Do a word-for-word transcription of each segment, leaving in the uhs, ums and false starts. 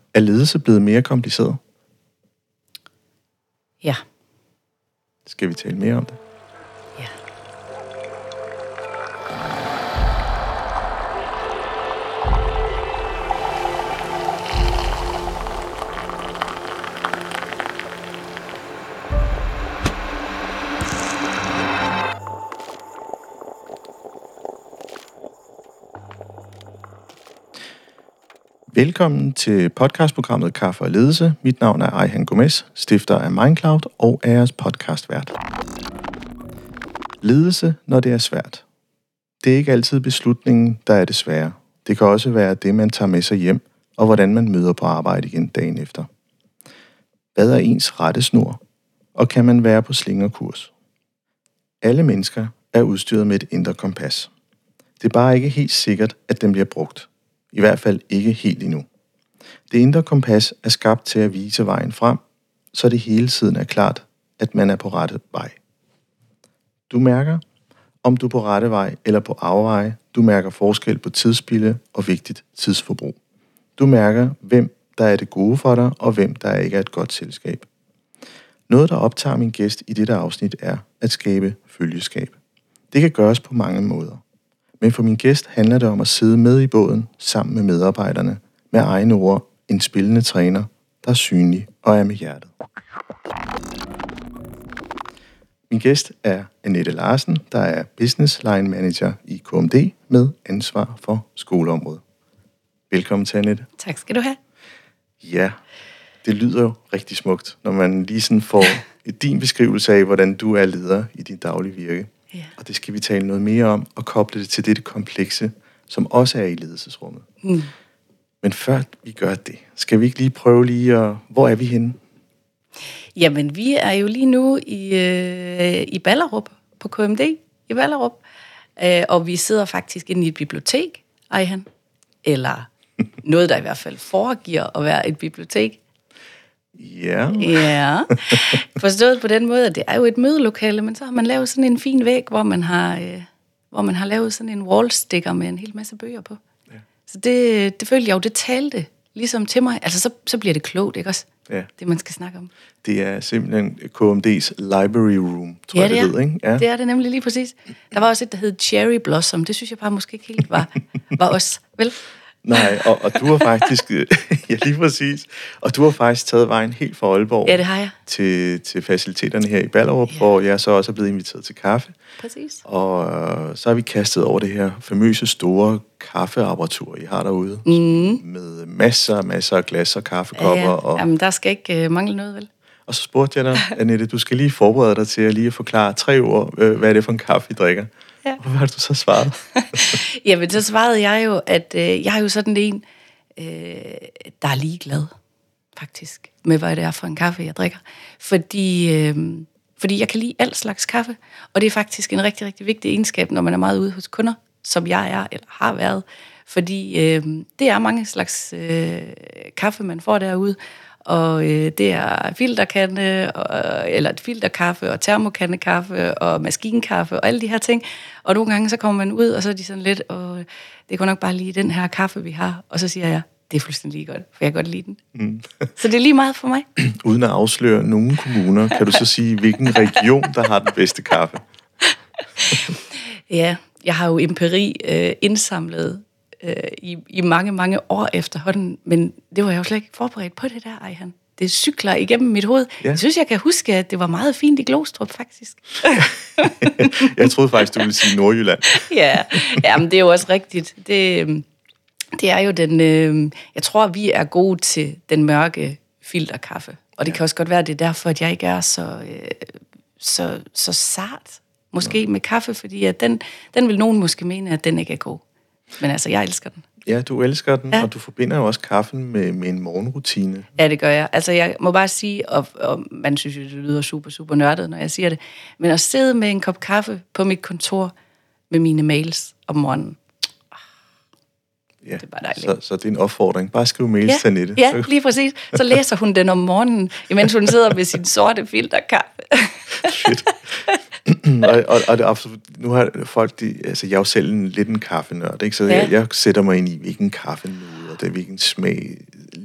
Er ledelse blevet mere kompliceret? Ja. Skal vi tale mere om det? Ja. Velkommen til podcastprogrammet Kaffe og Ledelse. Mit navn er Ayhan Gomez, stifter af Mindcloud og er jeres podcastvært. Ledelse, når det er svært. Det er ikke altid beslutningen, der er det svære. Det kan også være det, man tager med sig hjem, og hvordan man møder på arbejde igen dagen efter. Hvad er ens rettesnor, og kan man være på slingerkurs? Alle mennesker er udstyret med et indre kompas. Det er bare ikke helt sikkert, at den bliver brugt. I hvert fald ikke helt endnu. Det indre kompas er skabt til at vise vejen frem, så det hele tiden er klart, at man er på rette vej. Du mærker, om du er på rette vej eller på afveje. Du mærker forskel på tidsspilde og vigtigt tidsforbrug. Du mærker, hvem der er det gode for dig, og hvem der ikke er et godt selskab. Noget, der optager min gæst i dette afsnit, er at skabe følgeskab. Det kan gøres på mange måder. Men for min gæst handler det om at sidde med i båden sammen med medarbejderne, med egne ord, en spillende træner, der er synlig og er med hjertet. Min gæst er Annette Larsen, der er Business Line Manager i K M D med ansvar for skoleområdet. Velkommen til, Annette. Tak skal du have. Ja, det lyder jo rigtig smukt, når man lige sådan får din beskrivelse af, hvordan du er leder i dit daglige virke. Ja. Og det skal vi tale noget mere om, og koble det til dette komplekse, som også er i ledelsesrummet. Mm. Men før vi gør det, skal vi ikke lige prøve lige at... Hvor er vi henne? Jamen, vi er jo lige nu i, øh, i Ballerup, på K M D i Ballerup. Øh, og vi sidder faktisk inde i et bibliotek, Ayhan. Eller noget, der i hvert fald foregiver at være et bibliotek. Ja. Ja, forstået på den måde, at det er jo et mødelokale, men så har man lavet sådan en fin væg, hvor man har, øh, hvor man har lavet sådan en wallsticker med en hel masse bøger på. Ja. Så det, det følte jeg jo, det talte ligesom til mig. Altså, så, så bliver det klogt, ikke også? Ja. Det, man skal snakke om. Det er simpelthen K M D's library room, tror ja, jeg, det det hed, ikke? Ja, det er det nemlig lige præcis. Der var også et, der hed Cherry Blossom. Det synes jeg bare måske ikke helt var, var os, vel? Nej, og, og du har faktisk, ja lige præcis, og du har faktisk taget vejen helt fra Aalborg ja, det har jeg. Til, til faciliteterne her i Ballerup, ja. Hvor jeg så også er blevet inviteret til kaffe. Præcis. Og øh, så har vi kastet over det her famøse store kaffeapparatur, I har derude, mm. med masser og masser af glas og kaffekopper. Ja, ja. Og, Jamen, der skal ikke øh, mangle noget, vel? Og så spurgte jeg dig, Annette, du skal lige forberede dig til at lige at forklare tre ord, øh, hvad er det for en kaffe, I drikker? Ja. Hvad har du så svaret? Jamen, så svarede jeg jo, at øh, jeg er jo sådan en, øh, der er ligeglad, faktisk, med hvad det er for en kaffe, jeg drikker. Fordi, øh, fordi jeg kan lide al slags kaffe, og det er faktisk en rigtig, rigtig vigtig egenskab, når man er meget ude hos kunder, som jeg er, eller har været. Fordi øh, det er mange slags øh, kaffe, man får derude, og øh, det er filterkande, og, eller et filterkaffe, og termokandekaffe, og maskinkaffe, og alle de her ting. Og nogle gange så kommer man ud, og så er de sådan lidt, og det går nok bare lige den her kaffe, vi har. Og så siger jeg, det er fuldstændig lige godt, for jeg kan godt lide den. Mm. Så det er lige meget for mig. Uden at afsløre nogle kommuner, kan du så sige, hvilken region, der har den bedste kaffe? Ja, jeg har jo empiri øh, indsamlet øh, i, i mange, mange år efterhånden, men det var jeg jo slet ikke forberedt på det der, Ayhan. Det cykler igennem mit hoved. Ja. Jeg synes, jeg kan huske, at det var meget fint i Glostrup, faktisk. Jeg troede faktisk, du ville sige Nordjylland. ja, jamen, det er jo også rigtigt. Det, det er jo den... Øh, jeg tror, vi er gode til den mørke filterkaffe. Og det ja. Kan også godt være, at det er derfor, at jeg ikke er så, øh, så, så sart, måske, med kaffe, fordi at den, den vil nogen måske mene, at den ikke er god. Men altså, jeg elsker den. Ja, du elsker den, ja. Og du forbinder jo også kaffen med, med en morgenrutine. Ja, det gør jeg. Altså, jeg må bare sige, og, og man synes jo, det lyder super, super nørdet, når jeg siger det, men at sidde med en kop kaffe på mit kontor med mine mails om morgenen, ja, det er bare dejligt. Så, så det er en opfordring. Bare skriv mails ja, til Annette. Ja, lige præcis. Så læser hun den om morgenen, imens hun sidder med sin sorte filterkaffe. Fedt. og, og, og det absolut, nu har folk, de, altså jeg er jo selv en, lidt en kaffenørd, ikke? Så ja. jeg, jeg sætter mig ind i, hvilken kaffe nu, og det, hvilken smag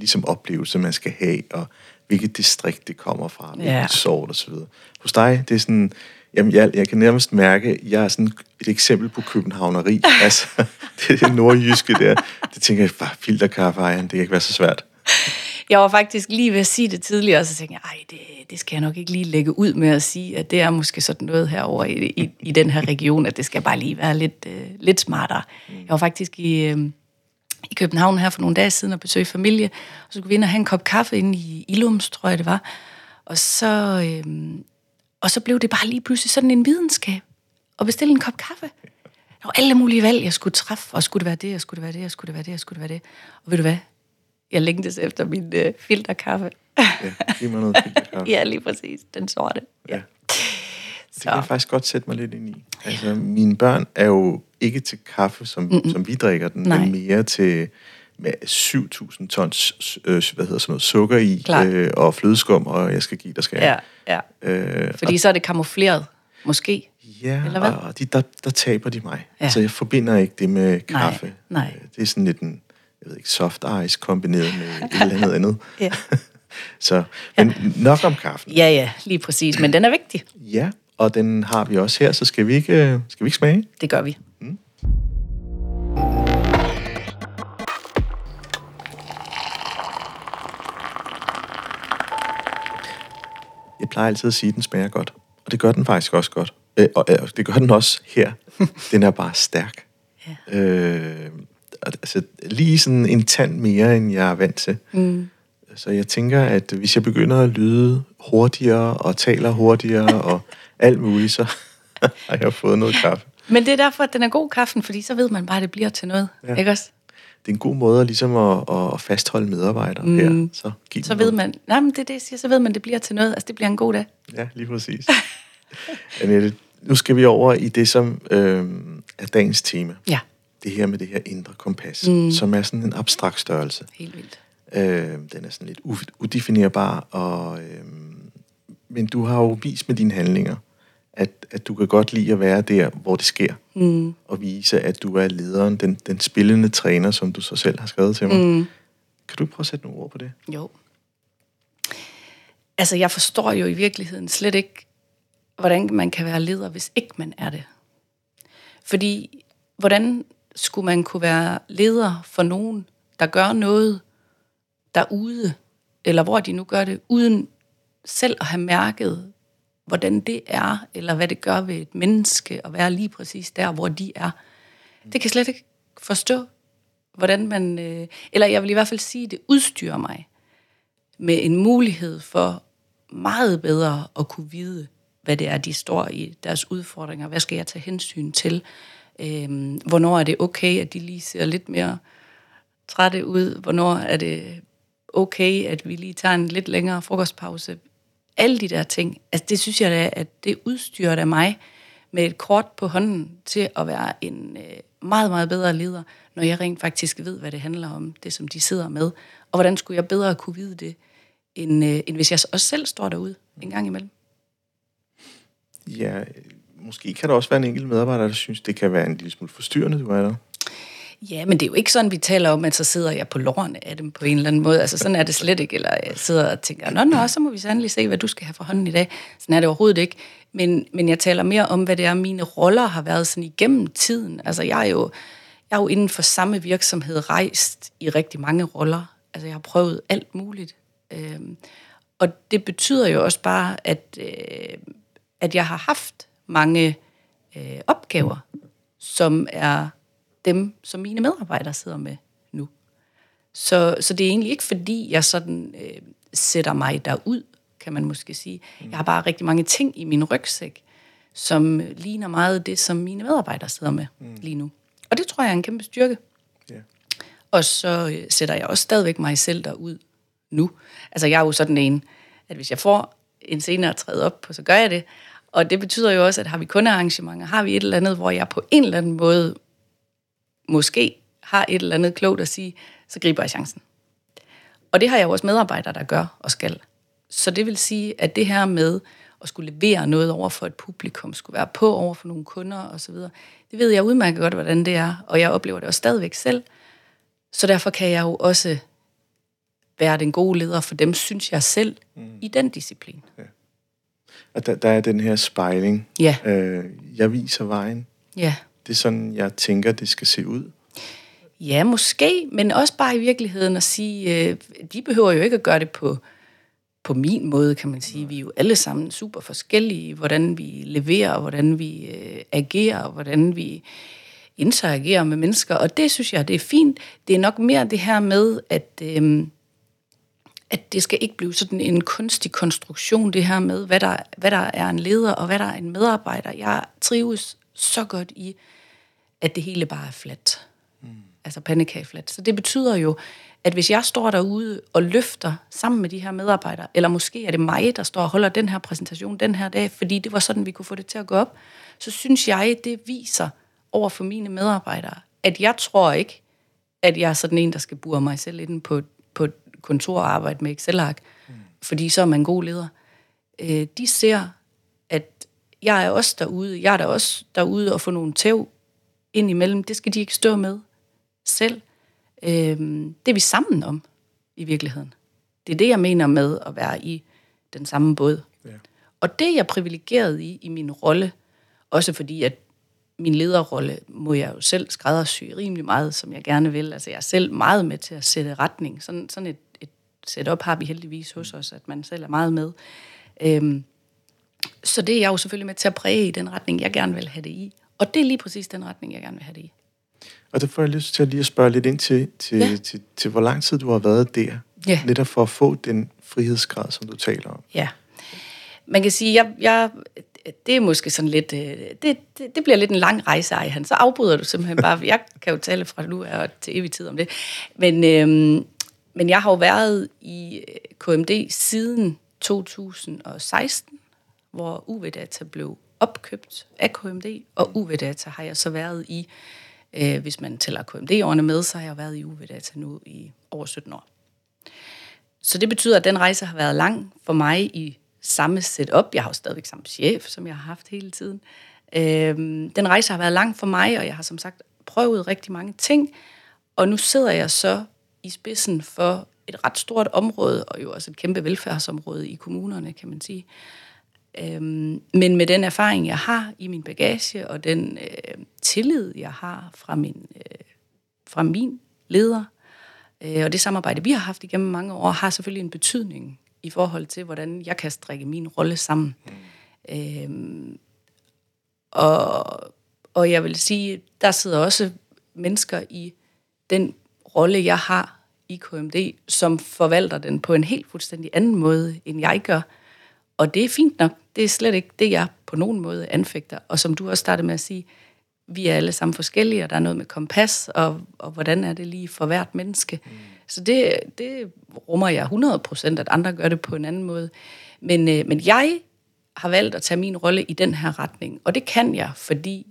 ligesom oplevelse, man skal have, og hvilket distrikt det kommer fra, hvilket Ja. sort og så videre. Hos dig, det er sådan, jamen jeg, jeg kan nærmest mærke, jeg er sådan et eksempel på københavneri. Altså, det er nordjyske der. Det tænker jeg, bare filterkaffe, ej, det kan ikke være så svært. Jeg var faktisk lige ved at sige det tidligere, og så tænkte jeg, ej, det, det skal jeg nok ikke lige lægge ud med at sige, at det er måske sådan noget herovre i, i, i den her region, at det skal bare lige være lidt, øh, lidt smartere. Jeg var faktisk i, øh, i København her for nogle dage siden og besøgte familie, og så kunne vi ind og have en kop kaffe inde i Illums, tror jeg det var. Og så, øh, og så blev det bare lige pludselig sådan en videnskab at bestille en kop kaffe. Der var alle mulige valg, jeg skulle træffe, og skulle det være det, og skulle det være det, og skulle det være det, og skulle det være det. Og ved du hvad? Jeg længtes efter min øh, filterkaffe. Ja, giv mig noget filterkaffe. Ja, lige præcis. Den sorte. Ja. Ja. Det kan jeg faktisk godt sætte mig lidt ind i. Altså, mine børn er jo ikke til kaffe, som, Mm-mm. som vi drikker den, Nej. men mere til med syv tusind tons øh, hvad hedder sådan noget, sukker i, øh, og flødeskum, og jeg skal give dig skal Ja, ja. Øh, Fordi og, så er det kamufleret, måske. ja, eller hvad? og de, der, der taber de mig. Ja. Altså, jeg forbinder ikke det med kaffe. Nej, nej. Øh, Det er sådan lidt en, jeg ved ikke, soft ice kombineret med et eller andet andet. Ja. Så, men ja. Nok om kaffen. Ja, ja, lige præcis. Men den er vigtig. Ja, og den har vi også her, så skal vi ikke, øh, skal vi ikke smage? Det gør vi. Mm. Jeg plejer altid at sige, at den smager godt. Og det gør den faktisk også godt. Øh, og øh, det gør den også her. Den er bare stærk. Ja. Øh, altså, lige sådan en tand mere, end jeg er vant til. Mm. Så jeg tænker, at hvis jeg begynder at lyde hurtigere, og taler hurtigere, og alt muligt, så har jeg fået noget kaffe. Men det er derfor, at den er god, kaffen, fordi så ved man bare, at det bliver til noget. Ja. Ikke også? Det er en god måde ligesom at, at fastholde medarbejdere mm. her. Så, giv Så dem ved noget. man, nej, men det er det, jeg siger, så ved man, at det bliver til noget. Altså, det bliver en god dag. Ja, lige præcis. Annette, nu skal vi over i det, som øh, er dagens tema. Ja, Det her med det her indre kompas, mm. som er sådan en abstrakt størrelse. helt vildt. Øh, den er sådan lidt u- udefinerbar, og, øh, men du har jo vist med dine handlinger, at, at du kan godt lide at være der, hvor det sker. Mm. Og vise, at du er lederen, den, den spillende træner, som du så selv har skrevet til mig. Mm. Kan du prøve at sætte nogle ord på det? Jo. Altså, jeg forstår jo i virkeligheden slet ikke, hvordan man kan være leder, hvis ikke man er det. Fordi, hvordan skulle man kunne være leder for nogen, der gør noget derude, eller hvor de nu gør det, uden selv at have mærket, hvordan det er, eller hvad det gør ved et menneske, at være lige præcis der, hvor de er. Det kan jeg slet ikke forstå, hvordan man... Øh, eller jeg vil i hvert fald sige, at det udstyrer mig med en mulighed for meget bedre at kunne vide, hvad det er, de står i, deres udfordringer. Hvad skal jeg tage hensyn til? Øhm, hvornår er det okay, at de lige ser lidt mere trætte ud? Hvornår er det okay, at vi lige tager en lidt længere frokostpause? Alle de der ting, altså det synes jeg da, at det udstyrer da mig med et kort på hånden til at være en øh, meget, meget bedre leder, når jeg rent faktisk ved, hvad det handler om, det som de sidder med. Og hvordan skulle jeg bedre kunne vide det, end, øh, end hvis jeg også selv står derude en gang imellem? Ja, måske kan der også være en enkelt medarbejder, der synes, det kan være en lille smule forstyrrende, du er der. Ja, men det er jo ikke sådan, vi taler om, at så sidder jeg på lårene af dem på en eller anden måde. Altså sådan er det slet ikke. Eller jeg sidder og tænker, nå, nå, så må vi sandelig se, hvad du skal have for hånden i dag. Sådan er det overhovedet ikke. Men, men jeg taler mere om, hvad det er, mine roller har været sådan igennem tiden. Altså jeg er jo, jeg er jo inden for samme virksomhed rejst i rigtig mange roller. Altså jeg har prøvet alt muligt. Øhm, og det betyder jo også bare, at, øh, at jeg har haft mange øh, opgaver, som er dem, som mine medarbejdere sidder med nu. Så, så det er egentlig ikke, fordi jeg sådan øh, sætter mig derud, kan man måske sige. Jeg har bare rigtig mange ting i min rygsæk, som ligner meget det, som mine medarbejdere sidder med mm. lige nu. Og det tror jeg er en kæmpe styrke. Yeah. Og så øh, sætter jeg også stadigvæk mig selv derud nu. Altså jeg er jo sådan en, at hvis jeg får en scene at træde op på, så gør jeg det. Og det betyder jo også, at har vi kundearrangementer, har vi et eller andet, hvor jeg på en eller anden måde måske har et eller andet klogt at sige, så griber jeg chancen. Og det har jeg jo også medarbejdere, der gør og skal. Så det vil sige, at det her med at skulle levere noget over for et publikum, skulle være på over for nogle kunder osv., det ved jeg udmærket godt, hvordan det er, og jeg oplever det også stadigvæk selv. Så derfor kan jeg jo også være den gode leder for dem, synes jeg selv, mm. i den disciplin. Ja. Og der, der er den her spejling. Ja. Øh, jeg viser vejen. Ja. Det er sådan, jeg tænker, det skal se ud. Ja, måske, men også bare i virkeligheden at sige, øh, de behøver jo ikke at gøre det på, på min måde, kan man sige. Vi er jo alle sammen super forskellige, hvordan vi leverer, hvordan vi øh, agerer, hvordan vi interagerer med mennesker, og det synes jeg, det er fint. Det er nok mere det her med, at, øh, at det skal ikke blive sådan en kunstig konstruktion, det her med, hvad der, hvad der er en leder, og hvad der er en medarbejder. Jeg trives så godt i, at det hele bare er fladt. Mm. Altså pandekagefladt. Så det betyder jo, at hvis jeg står derude og løfter sammen med de her medarbejdere, eller måske er det mig, der står og holder den her præsentation den her dag, fordi det var sådan, vi kunne få det til at gå op, så synes jeg, det viser over for mine medarbejdere, at jeg tror ikke, at jeg er sådan en, der skal bure mig selv ind på, på et kontor og arbejde med Excel-ark, mm. fordi så er man en god leder. Øh, de ser, at jeg er også derude, jeg er der også derude og få nogle tæv ind imellem. Det skal de ikke stå med selv. Øh, det er vi sammen om i virkeligheden. Det er det, jeg mener med at være i den samme båd. Ja. Og det er jeg privilegeret i, i min rolle, også fordi, at min lederrolle må jeg jo selv skræddersy rimelig meget, som jeg gerne vil. Altså jeg er selv meget med til at sætte retning. Sådan, sådan et, et setup har vi heldigvis hos os, at man selv er meget med. Øhm, så det er jeg jo selvfølgelig med til at præge i den retning, jeg gerne vil have det i. Og det er lige præcis den retning, jeg gerne vil have det i. Og der får jeg lyst til at lige at spørge lidt ind til, til, ja. til, til, til hvor lang tid du har været der. Ja. Netop for at få den frihedsgrad, som du taler om. Ja. Man kan sige, jeg... jeg det er måske sådan lidt, det, det, det bliver lidt en lang rejse, Ejhan. Så afbryder du simpelthen bare, jeg kan jo tale fra nu og til evig tid om det. Men, øhm, men jeg har jo været i K M D siden to tusind og seksten, hvor U V Data blev opkøbt af K M D, og U V Data har jeg så været i, øh, hvis man tæller K M D-årene med, så har jeg været i U V Data nu i over sytten år. Så det betyder, at den rejse har været lang for mig i samme setup. Jeg har jo stadigvæk samme chef, som jeg har haft hele tiden. Øhm, den rejse har været lang for mig, og jeg har som sagt prøvet rigtig mange ting. Og nu sidder jeg så i spidsen for et ret stort område, og jo også et kæmpe velfærdsområde i kommunerne, kan man sige. Øhm, men med den erfaring, jeg har i min bagage, og den øh, tillid, jeg har fra min, øh, fra min leder, øh, og det samarbejde, vi har haft igennem mange år, har selvfølgelig en betydning i forhold til, hvordan jeg kan strikke min rolle sammen. Mm. Øhm, og, og jeg vil sige, der sidder også mennesker i den rolle, jeg har i K M D, som forvalter den på en helt fuldstændig anden måde, end jeg gør. Og det er fint nok. Det er slet ikke det, jeg på nogen måde anfægter. Og som du også startede med at sige, vi er alle sammen forskellige, og der er noget med kompas, og, og hvordan er det lige for hvert menneske. Mm. Så det, det rummer jeg hundrede procent, at andre gør det på en anden måde. Men, øh, men jeg har valgt at tage min rolle i den her retning, og det kan jeg, fordi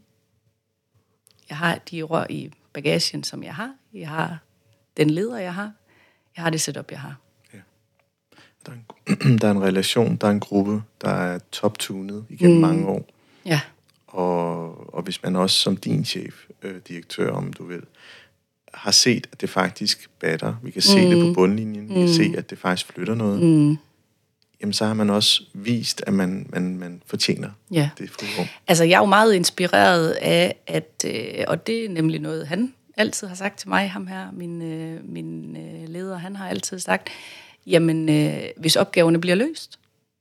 jeg har de rør i bagagen, som jeg har. Jeg har den leder, jeg har. Jeg har det setup, jeg har. Ja. Der, er en, der er en relation, der er en gruppe, der er top-tunet igennem mm. mange år. Ja. Og, og hvis man også som din chef, øh, direktør, om du vil, har set, at det faktisk batter, vi kan se mm. det på bundlinjen, vi kan mm. se, at det faktisk flytter noget, mm. jamen så har man også vist, at man, man, man fortjener ja. det frirum. Altså jeg er jo meget inspireret af, at, øh, og det er nemlig noget, han altid har sagt til mig, ham her, min, øh, min øh, leder, han har altid sagt, jamen øh, hvis opgaverne bliver løst,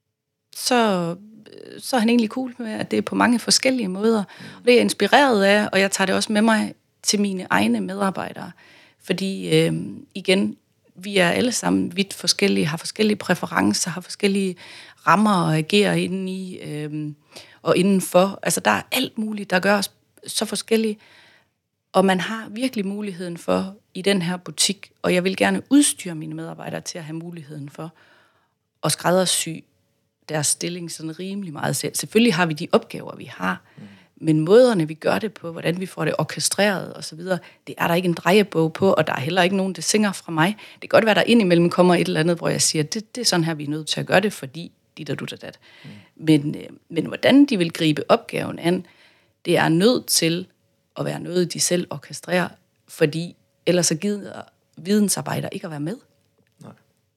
så, så er han egentlig cool med, at det er på mange forskellige måder. Mm. Og det er jeg inspireret af, og jeg tager det også med mig til mine egne medarbejdere. Fordi øh, igen, vi er alle sammen vidt forskellige, har forskellige præferencer, har forskellige rammer at agere inde i øh, og indenfor. Altså der er alt muligt, der gør os så forskellige. Og man har virkelig muligheden for i den her butik, og jeg vil gerne udstyre mine medarbejdere til at have muligheden for at skræddersy deres stilling sådan rimelig meget selv. Selvfølgelig har vi de opgaver, vi har, mm. men måderne, vi gør det på, hvordan vi får det orkestreret osv., det er der ikke en drejebog på, og der er heller ikke nogen, der synger fra mig. Det kan godt være, der indimellem kommer et eller andet, hvor jeg siger, det, det er sådan her, vi er nødt til at gøre det, fordi dit og dut og dat. Mm. Men, men hvordan de vil gribe opgaven an, det er nødt til at være noget, de selv orkestrerer, fordi ellers så gider vidensarbejder ikke at være med. Nej.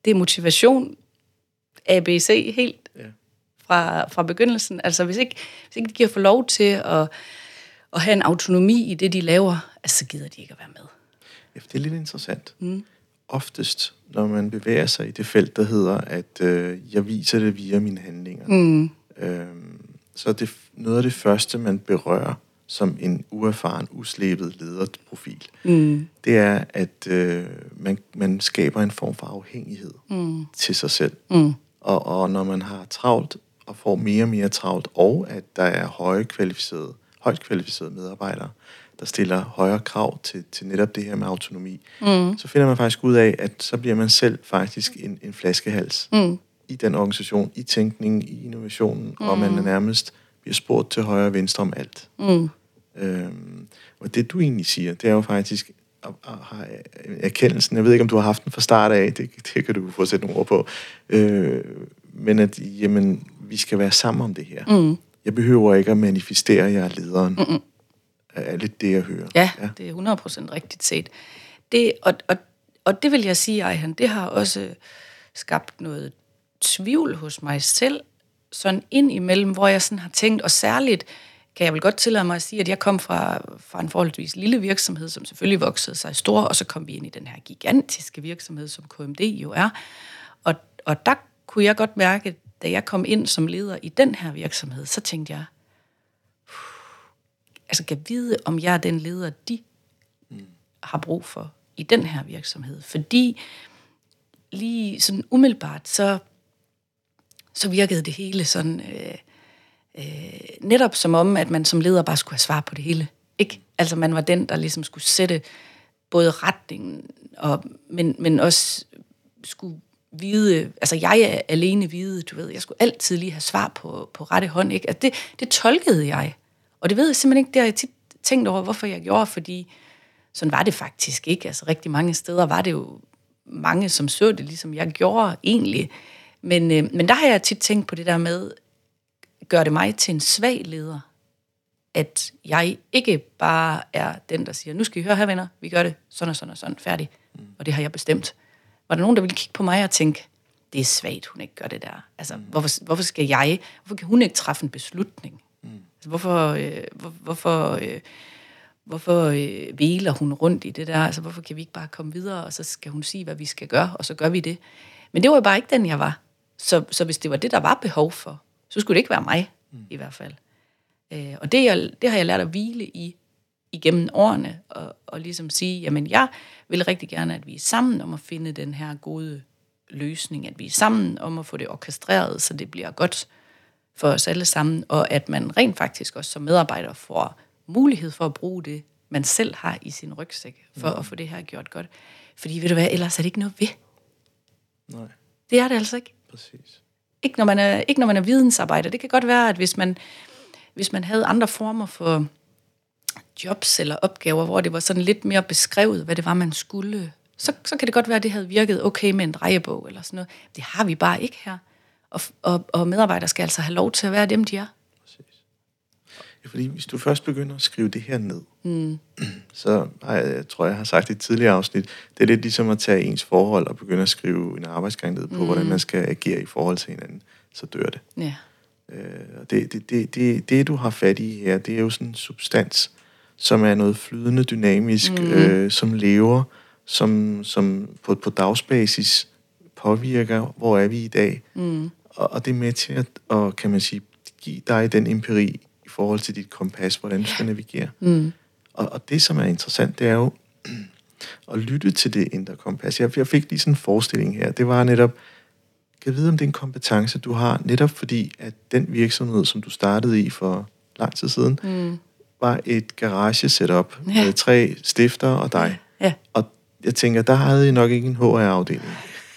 det er motivation, A, B, C, helt Ja. fra, fra begyndelsen. Altså hvis ikke, hvis ikke de giver for lov til at, at have en autonomi i det, de laver, altså, så gider de ikke at være med. Ja, det er lidt interessant. Mm. Oftest, når man bevæger sig i det felt, der hedder, at øh, jeg viser det via mine handlinger, Mm. øh, så er det noget af det første, man berører som en uerfaren, uslebet lederprofil. Mm. Det er, at øh, man, man skaber en form for afhængighed Mm. til sig selv. Mm. Og, og når man har travlt og får mere og mere travlt, og at der er høje kvalificerede, højt kvalificerede medarbejdere, der stiller højere krav til, til netop det her med autonomi, Mm. så finder man faktisk ud af, at så bliver man selv faktisk en, en flaskehals Mm. i den organisation, i tænkningen, i innovationen, mm. og man er nærmest bliver spurgt til højre og venstre om alt. Mm. Øhm, og det du egentlig siger, det er jo faktisk at, at have erkendelsen. Jeg ved ikke, om du har haft den fra start af, det, det kan du få sætte nogle ord på. Øh, men at, jamen, vi skal være sammen om det her. Mm. Jeg behøver ikke at manifestere, at jeg er lederen. Mm-mm. Er lidt det, jeg hører. Ja, ja, det er hundrede procent rigtigt set. Det, og, og, og det vil jeg sige, Ejhan, det har også skabt noget tvivl hos mig selv, sådan ind imellem, hvor jeg sådan har tænkt, og særligt kan jeg vel godt tillade mig at sige, at jeg kom fra, fra en forholdsvis lille virksomhed, som selvfølgelig voksede sig stor, og så kom vi ind i den her gigantiske virksomhed, som K M D jo er. Og, og der kunne jeg godt mærke, da jeg kom ind som leder i den her virksomhed, så tænkte jeg, altså kan vide, om jeg er den leder, de mm. har brug for i den her virksomhed. Fordi lige sådan umiddelbart, så, så virkede det hele sådan, øh, øh, netop som om, at man som leder bare skulle have svar på det hele. Ikke? Altså man var den, der ligesom skulle sætte både retningen, og, men, men også skulle vide, altså jeg er alene vide, du ved, jeg skulle altid lige have svar på, på rette hånd. Ikke? Altså det, det tolkede jeg. Og det ved jeg simpelthen ikke, det har jeg tit tænkt over, hvorfor jeg gjorde, fordi sådan var det faktisk ikke. Altså rigtig mange steder var det jo mange, som så det, ligesom jeg gjorde egentlig. Men, øh, men der har jeg tit tænkt på det der med, gør det mig til en svag leder, at jeg ikke bare er den, der siger, nu skal I høre her, venner, vi gør det sådan og sådan og sådan, færdig. Mm. Og det har jeg bestemt. Var der nogen, der ville kigge på mig og tænke, det er svagt, hun ikke gør det der. Altså, mm. hvorfor, hvorfor skal jeg, hvorfor kan hun ikke træffe en beslutning? Mm. Altså, hvorfor, øh, hvor, hvorfor, øh, hvorfor øh, væler hun rundt i det der? Altså, hvorfor kan vi ikke bare komme videre, og så skal hun sige, hvad vi skal gøre, og så gør vi det. Men det var jo bare ikke den, jeg var. Så, så hvis det var det, der var behov for, så skulle det ikke være mig, mm. i hvert fald. Øh, og det, jeg, det har jeg lært at hvile i, igennem årene, og, og ligesom sige, jamen jeg vil rigtig gerne, at vi er sammen om at finde den her gode løsning, at vi er sammen om at få det orkestreret, så det bliver godt for os alle sammen, og at man rent faktisk også som medarbejder får mulighed for at bruge det, man selv har i sin rygsæk, for mm. at få det her gjort godt. Fordi ved du hvad, ellers er det ikke noget ved. Nej. Det er det altså ikke. Præcis. Ikke når man er, ikke når man er vidensarbejder. Det kan godt være, at hvis man, hvis man havde andre former for jobs eller opgaver, hvor det var sådan lidt mere beskrevet, hvad det var, man skulle, så, så kan det godt være, at det havde virket okay med en drejebog eller sådan noget. Det har vi bare ikke her. Og, og, og medarbejdere skal altså have lov til at være dem, de er. Præcis. Ja, fordi hvis du først begynder at skrive det her ned, mm. så jeg, jeg tror, jeg har sagt i et tidligere afsnit, det er lidt ligesom at tage ens forhold og begynde at skrive en arbejdsgang ned på, mm. hvordan man skal agere i forhold til hinanden, så dør det. Ja. Øh, det, det, det, det, det, du har fat i her, det er jo sådan en substans, som er noget flydende, dynamisk, mm. øh, som lever, som, som på, på dagsbasis påvirker, hvor er vi i dag. Mm. Og, og det er med til at, og, kan man sige, give dig den empiri i forhold til dit kompas, hvordan du skal navigere. Mm. Og, og det, som er interessant, det er jo at lytte til det indre kompas. Jeg, jeg fik lige sådan en forestilling her. Det var netop, kan jeg vide, om det er en kompetence, du har, netop fordi, at den virksomhed, som du startede i for lang tid siden, Mm. var et garage-setup Ja. med tre stifter og dig. Ja. Og jeg tænker, der havde I nok ikke en H R-afdeling.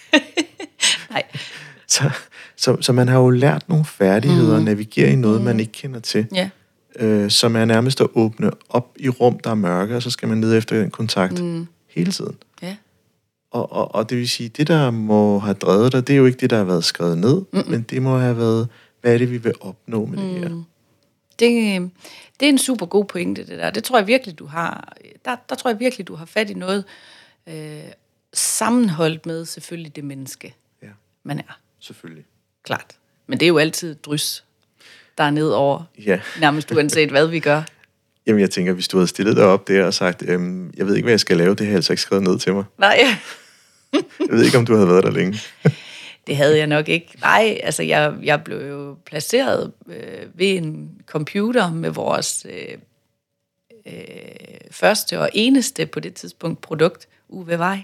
Nej. Så, så, så man har jo lært nogle færdigheder, Mm. at navigere i noget, Mm. man ikke kender til. Ja. Øh, som er nærmest at åbne op i rum, der er mørke, og så skal man lede efter den kontakt Mm. hele tiden. Ja. Og, og, og det vil sige, det der må have drevet dig, det er jo ikke det, der har været skrevet ned, Mm-mm. men det må have været, hvad er det, vi vil opnå med mm. det her? Det, det er en super god pointe, det der. Det tror jeg virkelig, du har. Der, der tror jeg virkelig, du har fat i noget. Øh, sammenholdt med selvfølgelig det menneske, Ja, man er. selvfølgelig. Klart. Men det er jo altid et drys, der er ned over, Ja. nærmest uanset hvad vi gør. Jamen, jeg tænker, hvis du havde stillet dig op der og sagt, øhm, jeg ved ikke, hvad jeg skal lave, det har jeg altså ikke skrevet ned til mig. Nej. Jeg ved ikke, om du havde været der længe. Det havde jeg nok ikke. Nej, altså jeg, jeg blev jo placeret øh, ved en computer med vores øh, øh, første og eneste på det tidspunkt produkt, U V Vej.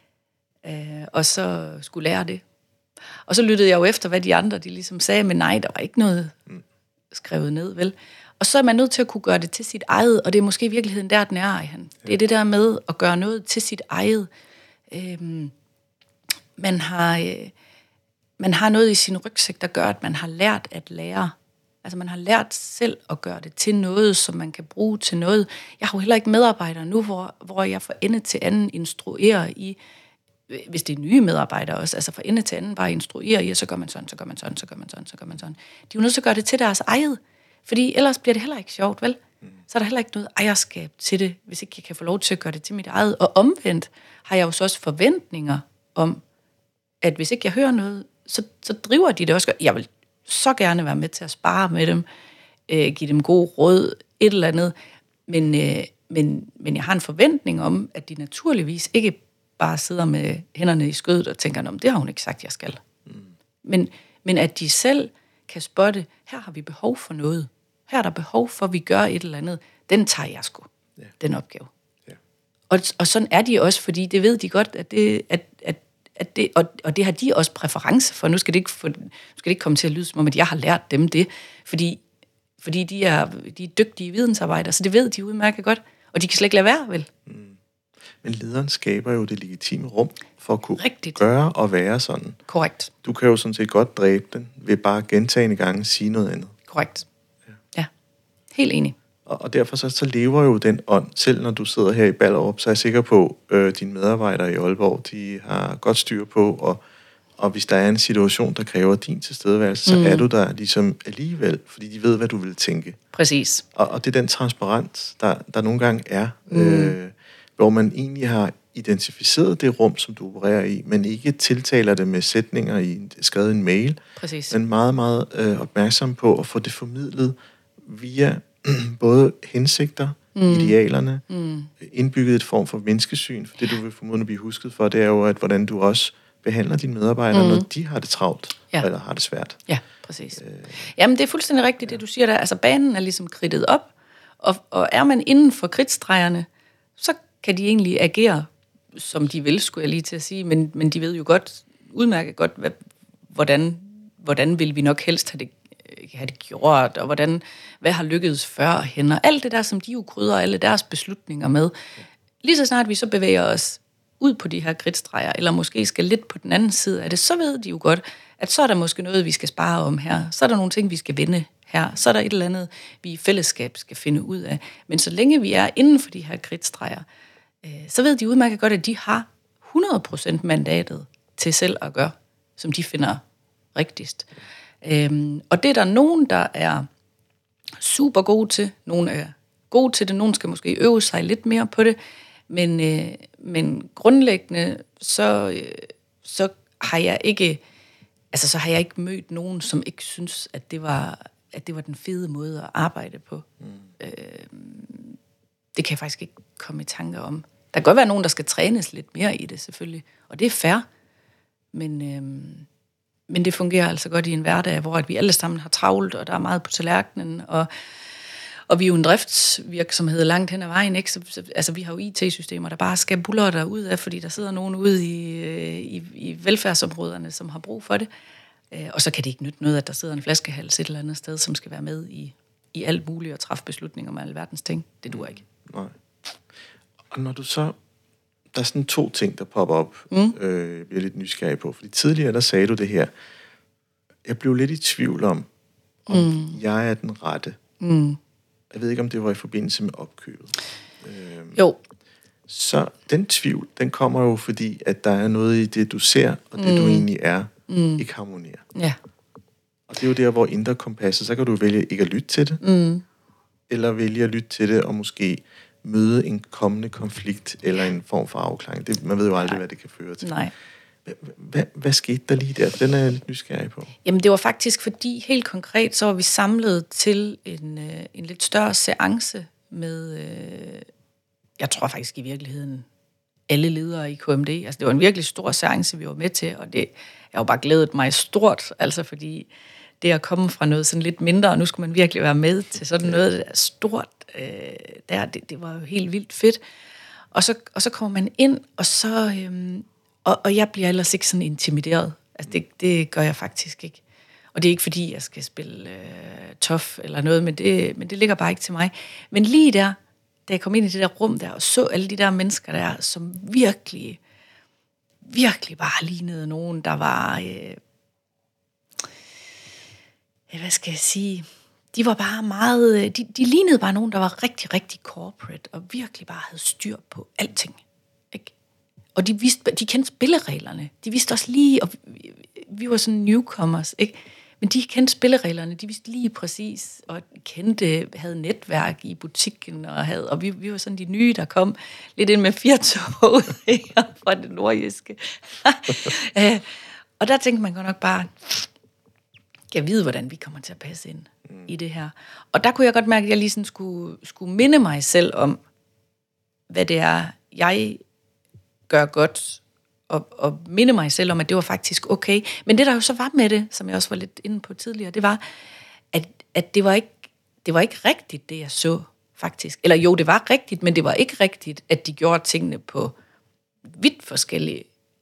Øh, og så skulle lære det. Og så lyttede jeg jo efter, hvad de andre de ligesom sagde, men nej, der var ikke noget skrevet ned, vel? Og så er man nødt til at kunne gøre det til sit eget, og det er måske i virkeligheden der, den er, han. Det er det der med at gøre noget til sit eget. Øhm, man har... Øh, Man har noget i sin rygsæk, der gør, at man har lært at lære. Altså man har lært selv at gøre det til noget, som man kan bruge til noget. Jeg har jo heller ikke medarbejdere nu, hvor, hvor jeg fra ende til anden instruerer i, hvis det er nye medarbejdere også, altså fra ende til anden bare instruerer i, og så gør man sådan, så gør man sådan, så gør man sådan, så gør man sådan. De er jo nødt til at gøre det til deres eget, fordi ellers bliver det heller ikke sjovt, vel? Så er der heller ikke noget ejerskab til det, hvis ikke jeg kan få lov til at gøre det til mit eget. Og omvendt har jeg jo så også forventninger om, at hvis ikke jeg hører noget, Så, så driver de det også. Jeg vil så gerne være med til at spare med dem, øh, give dem god råd, et eller andet. Men, øh, men, men jeg har en forventning om, at de naturligvis ikke bare sidder med hænderne i skødet og tænker, det har hun ikke sagt, jeg skal. Mm. Men, men at de selv kan spotte, her har vi behov for noget. Her er der behov for, at vi gør et eller andet. Den tager jeg sgu, yeah. den opgave. Yeah. Og, og sådan er de også, fordi det ved de godt, at det... At, at At det, og, og det har de også præference for. Nu skal det ikke, for, nu skal det ikke komme til at lyde som om, at jeg har lært dem det, fordi, fordi de, er, de er dygtige vidensarbejdere, så det ved de udmærket godt, og de kan slet ikke lade være, vel? Mm. Men lederen skaber jo det legitime rum for at kunne Rigtigt. gøre og være sådan. Korrekt. Du kan jo sådan set godt dræbe den ved bare gentagende gange sige noget andet. Korrekt. Ja. ja. Helt enig. Og, og derfor så, så lever jo den ånd, selv når du sidder her i Ballerup, så er jeg sikker på, at øh, dine medarbejdere i Aalborg, de har godt styr på, og, og hvis der er en situation, der kræver din tilstedeværelse, mm. så er du der ligesom alligevel, fordi de ved, hvad du vil tænke. Præcis. Og, og det er den transparens, der, der nogle gange er, mm. øh, hvor man egentlig har identificeret det rum, som du opererer i, men ikke tiltaler det med sætninger i skrevet en mail, Præcis. men meget, meget øh, opmærksom på at få det formidlet via både hensigter, mm. idealerne, mm. indbygget et form for menneskesyn, for det du vil formodentlig blive husket for, det er jo, at hvordan du også behandler dine medarbejdere, mm. når de har det travlt, ja. eller har det svært. Ja, præcis. Øh, Jamen, det er fuldstændig rigtigt, ja. det du siger der. Altså, banen er ligesom kridtet op, og, og er man inden for kridtstregerne, så kan de egentlig agere, som de vil, skulle jeg lige til at sige, men, men de ved jo godt, udmærket godt, hvad, hvordan, hvordan vil vi nok helst have det have det gjort, og hvordan, hvad har lykkedes førhen, og alt det der, som de jo krydder alle deres beslutninger med. Lige så snart vi så bevæger os ud på de her kridtstreger, eller måske skal lidt på den anden side af det, så ved de jo godt, at så er der måske noget, vi skal spare om her, så er der nogle ting, vi skal vinde her, så er der et eller andet, vi i fællesskab skal finde ud af. Men så længe vi er inden for de her kridtstreger, øh, så ved de udmærket godt, at de har hundrede procent mandatet til selv at gøre, som de finder rigtigst. Øhm, og det er der nogen, der er super gode til. Nogle er gode til det, nogen skal måske øve sig lidt mere på det. Men, øh, men grundlæggende, så, øh, så har jeg ikke, altså så har jeg ikke mødt nogen, som ikke synes, at det var, at det var den fede måde at arbejde på. Mm. Øh, det kan jeg faktisk ikke komme i tanker om. Der kan godt være nogen, der skal trænes lidt mere i det, selvfølgelig. Og det er fair. Men... Øh, Men det fungerer altså godt i en hverdag, hvor vi alle sammen har travlt, og der er meget på tallerkenen, og, og vi er jo en driftsvirksomhed langt hen ad vejen, ikke? Så, så, altså vi har jo I T-systemer, der bare skal buller der ud af, fordi der sidder nogen ude i, i, i velfærdsområderne, som har brug for det. Og så kan det ikke nytte noget, at der sidder en flaskehals et eller andet sted, som skal være med i, i alt muligt og træffe beslutninger om alverdens ting. Det duer ikke. Nej. Og når du så... Der er sådan to ting, der popper op, mm. øh, jeg bliver lidt nysgerrig på. Fordi tidligere, der sagde du det her. Jeg blev lidt i tvivl om, om mm. jeg er den rette. Mm. Jeg ved ikke, om det var i forbindelse med opkøbet. Øh, jo. Så den tvivl, den kommer jo fordi, at der er noget i det, du ser, og det, mm. du egentlig er, mm. ikke harmonerer. Ja. Og det er jo der, hvor indre kompasset, så kan du vælge ikke at lytte til det, mm. eller vælge at lytte til det, og måske møde en kommende konflikt eller en form for afklaring. Det, man ved jo aldrig, Nej. hvad det kan føre til. Nej. Hvad, hvad, hvad skete der lige der? Den er jeg lidt nysgerrig på. Jamen, det var faktisk fordi, helt konkret, så var vi samlet til en, øh, en lidt større seance med, øh, jeg tror faktisk i virkeligheden, alle ledere i K M D. Altså, det var en virkelig stor seance, vi var med til, og det jeg har jo bare glædet mig stort, altså fordi det at komme fra noget sådan lidt mindre, og nu skulle man virkelig være med til sådan noget der stort, øh, der, det, det var jo helt vildt fedt. Og så, og så kommer man ind, og så... Øh, Og, og jeg bliver ellers ikke sådan intimideret. Altså det, det gør jeg faktisk ikke. Og det er ikke fordi, jeg skal spille øh, tough eller noget, men det, men det ligger bare ikke til mig. Men lige der, da jeg kom ind i det der rum der, og så alle de der mennesker der, som virkelig, virkelig bare lignede nogen, der var... Øh, hvad skal jeg sige... De var bare meget... De, de lignede bare nogen, der var rigtig, rigtig corporate, og virkelig bare havde styr på alting. Ikke? Og de, vidste, de kendte spillereglerne. De vidste også lige, og vi, vi var sådan newcomers, ikke? Men de kendte spillereglerne, de vidste lige præcis, og kendte, havde netværk i butikken, og, havde, og vi, vi var sådan de nye, der kom lidt ind med firtog fra det nordjyske. Og der tænkte man godt nok bare, jeg ved, hvordan vi kommer til at passe ind mm. i det her. Og der kunne jeg godt mærke, at jeg lige sådan skulle, skulle minde mig selv om, hvad det er, jeg gør godt, og, og minde mig selv om, at det var faktisk okay. Men det, der jo så var med det, som jeg også var lidt inde på tidligere, det var, at, at det, var ikke, det var ikke rigtigt, det jeg så, faktisk. Eller jo, det var rigtigt, men det var ikke rigtigt, at de gjorde tingene på vidt forskellige,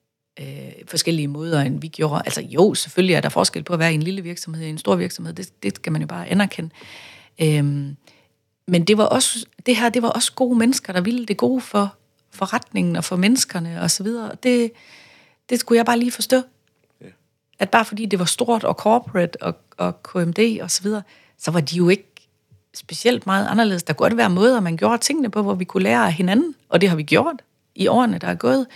øh, forskellige måder, end vi gjorde. Altså jo, selvfølgelig er der forskel på at være i en lille virksomhed og en stor virksomhed. Det, det skal man jo bare anerkende. Øhm, men det var også, det her, det var også gode mennesker, der ville det gode for forretningen og for menneskerne og så videre. Det, det skulle jeg bare lige forstå. Yeah. At bare fordi det var stort og corporate og, og K M D og så videre, så var de jo ikke specielt meget anderledes. Der kunne godt være måder, man gjorde tingene på, hvor vi kunne lære af hinanden, og det har vi gjort i årene, der er gået.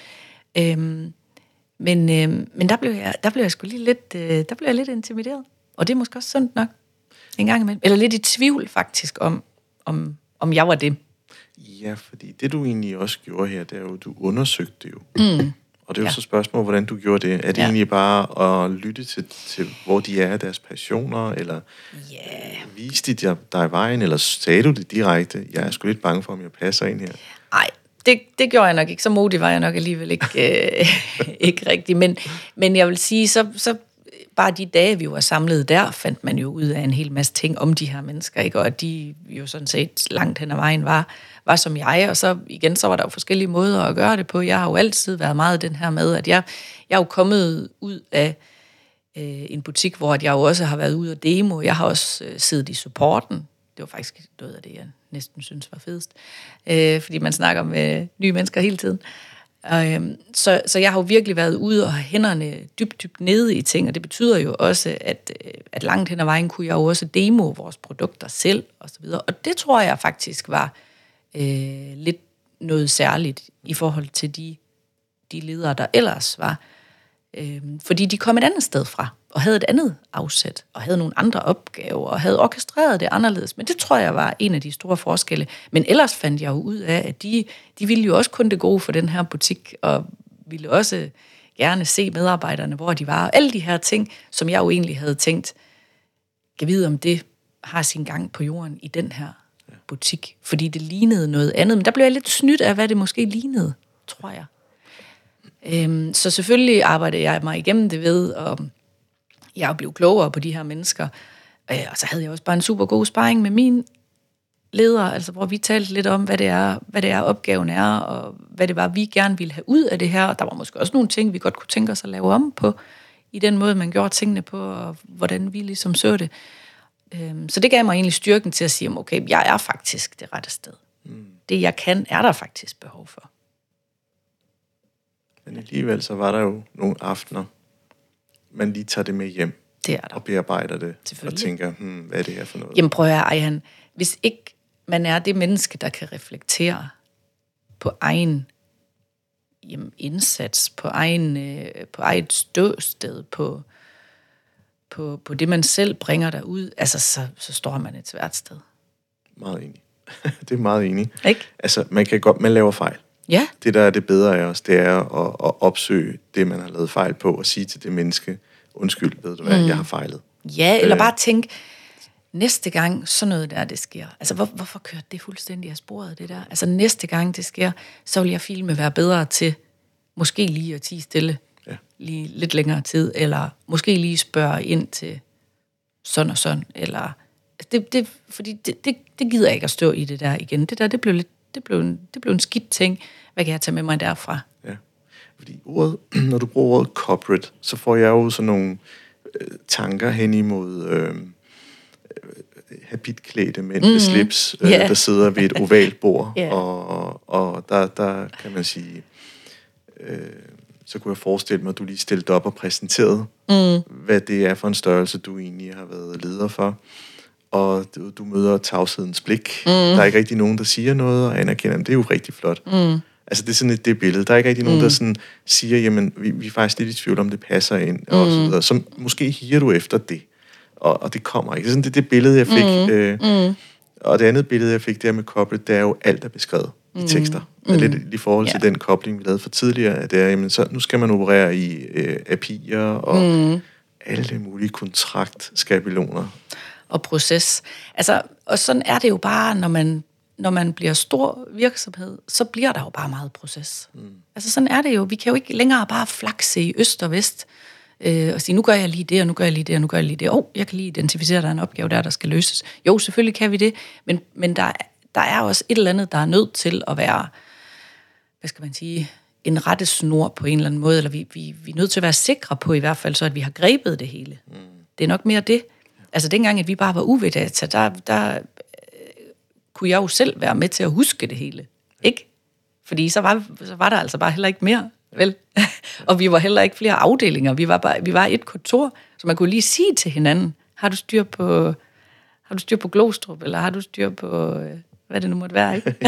Øhm, men øhm, men der, blev jeg, der blev jeg sgu lige lidt, øh, der blev jeg lidt intimideret. Og det er måske også sundt nok en gang imellem. Eller lidt i tvivl faktisk om, om, om jeg var det. Ja, fordi det du egentlig også gjorde her, det er jo, du undersøgte det jo. Mm. Og det er jo ja. så spørgsmålet, hvordan du gjorde det. Er det ja. egentlig bare at lytte til, til, hvor de er, deres passioner, eller yeah. viste de dig i vejen, eller sagde du det direkte? Jeg er sgu lidt bange for, om jeg passer ind her. Nej, det, det gjorde jeg nok ikke. Så modig var jeg nok alligevel ikke, øh, ikke rigtig. Men, men jeg vil sige, så, så bare de dage, vi var samlet der, fandt man jo ud af en hel masse ting om de her mennesker, ikke? Og at de jo sådan set langt hen ad vejen var, var som jeg, og så igen, så var der jo forskellige måder at gøre det på. Jeg har jo altid været meget den her med, at jeg, jeg er jo kommet ud af øh, en butik, hvor jeg jo også har været ude og demo. Jeg har også øh, siddet i supporten. Det var faktisk noget af det, jeg næsten synes var fedest. Øh, fordi man snakker med nye mennesker hele tiden. Um, så, så jeg har jo virkelig været ude og have hænderne dybt, dybt nede i ting, og det betyder jo også, at, at langt hen ad vejen kunne jeg jo også demo vores produkter selv, og så videre. Og det tror jeg faktisk var øh, lidt noget særligt i forhold til de, de ledere, der ellers var. Øh, fordi de kom et andet sted fra, og havde et andet afsæt, og havde nogle andre opgaver, og havde orkestreret det anderledes. Men det tror jeg var en af de store forskelle. Men ellers fandt jeg jo ud af, at de, de ville jo også kun det gode for den her butik, og ville også gerne se medarbejderne, hvor de var. Og alle de her ting, som jeg jo egentlig havde tænkt, kan vide, om det har sin gang på jorden i den her butik. Fordi det lignede noget andet. Men der blev jeg lidt snydt af, hvad det måske lignede, tror jeg. Øhm, så selvfølgelig arbejdede jeg mig igennem det ved, og jeg blev klogere på de her mennesker. Øh, og så havde jeg også bare en super god sparring med min leder, altså hvor vi talte lidt om, hvad det er, hvad det er opgaven er, og hvad det var, vi gerne ville have ud af det her. Og der var måske også nogle ting, vi godt kunne tænke os at lave om på, i den måde, man gjorde tingene på, og hvordan vi ligesom så det. Øhm, så det gav mig egentlig styrken til at sige, okay, jeg er faktisk det rette sted. Mm. Det, jeg kan, er der faktisk behov for. Men alligevel så var der jo nogle aftener, man lige tager det med hjem. Det er der. Og bearbejder det. Og tænker, hmm, hvad er det her for noget? Jamen prøv at høre, Ejhan. Hvis ikke man er det menneske, der kan reflektere på egen jamen, indsats, på, egen, øh, på eget ståsted, på, på, på det, man selv bringer derud, altså så, så står man et svært sted. Meget enig. Det er meget enig. Ikke? Altså, man kan godt, man laver fejl. Ja. Det, der er det bedre af os, det er at, at opsøge det, man har lavet fejl på, og sige til det menneske, undskyld, ved du hvad, mm. jeg har fejlet. Ja, eller øh. bare tænke, næste gang sådan noget der, det sker. Altså, hvor, hvorfor kørte det fuldstændig af sporet, det der? Altså, næste gang det sker, så vil jeg filme være bedre til, måske lige at tie stille, ja. Lige lidt længere tid, eller måske lige spørge ind til sådan og sådan, eller... Det, det, fordi det, det, det gider jeg ikke at stå i det der igen. Det der, det blev, lidt, det blev, en, det blev en skidt ting. Hvad kan jeg tage med mig derfra? Ja, fordi ordet, når du bruger ordet corporate, så får jeg jo sådan nogle øh, tanker hen imod øh, habitklædte mænd mm. med slips, øh, yeah. der sidder ved et ovalt bord, yeah. og, og der, der kan man sige, øh, så kunne jeg forestille mig, at du lige stillede op og præsenterede, mm. hvad det er for en størrelse, du egentlig har været leder for. Og du, du møder tavshedens blik. Mm. Der er ikke rigtig nogen, der siger noget, og anerkender dem. Det er jo rigtig flot. Mm. Altså, det er sådan et det billede. Der er ikke rigtig nogen, mm. der sådan siger, jamen, vi, vi er faktisk lidt i tvivl om, det passer ind, mm. og så videre. Så måske higer du efter det, og, og det kommer ikke. Det er sådan det, det billede, jeg fik. Mm. Øh, mm. Og det andet billede, jeg fik der med corporate, det er jo alt er beskrevet mm. i tekster. Det er lidt i forhold til yeah. den kobling, vi lavede for tidligere, at det er, jamen, så nu skal man operere i øh, A P I'er, og mm. alle mulige kontraktskabeloner. Og proces. Altså, og sådan er det jo bare, når man, når man bliver stor virksomhed, så bliver der jo bare meget proces. Mm. Altså sådan er det jo. Vi kan jo ikke længere bare flakse i øst og vest, øh, og sige, nu gør jeg lige det, og nu gør jeg lige det, og nu gør jeg lige det. Åh, oh, jeg kan lige identificere, at der er en opgave der, der skal løses. Jo, selvfølgelig kan vi det, men, men der, der er også et eller andet, der er nødt til at være, hvad skal man sige, en rettesnor på en eller anden måde, eller vi, vi, vi er nødt til at være sikre på i hvert fald, så at vi har grebet det hele. Mm. Det er nok mere det. Altså dengang, at vi bare var U V-data, der, der øh, kunne jeg jo selv være med til at huske det hele, ikke? Fordi så var, så var der altså bare heller ikke mere, vel? Og vi var heller ikke flere afdelinger, vi var, bare, vi var et kontor, så man kunne lige sige til hinanden, har du styr på, har du styr på Glostrup, eller har du styr på, øh, hvad det nu måtte være, ikke?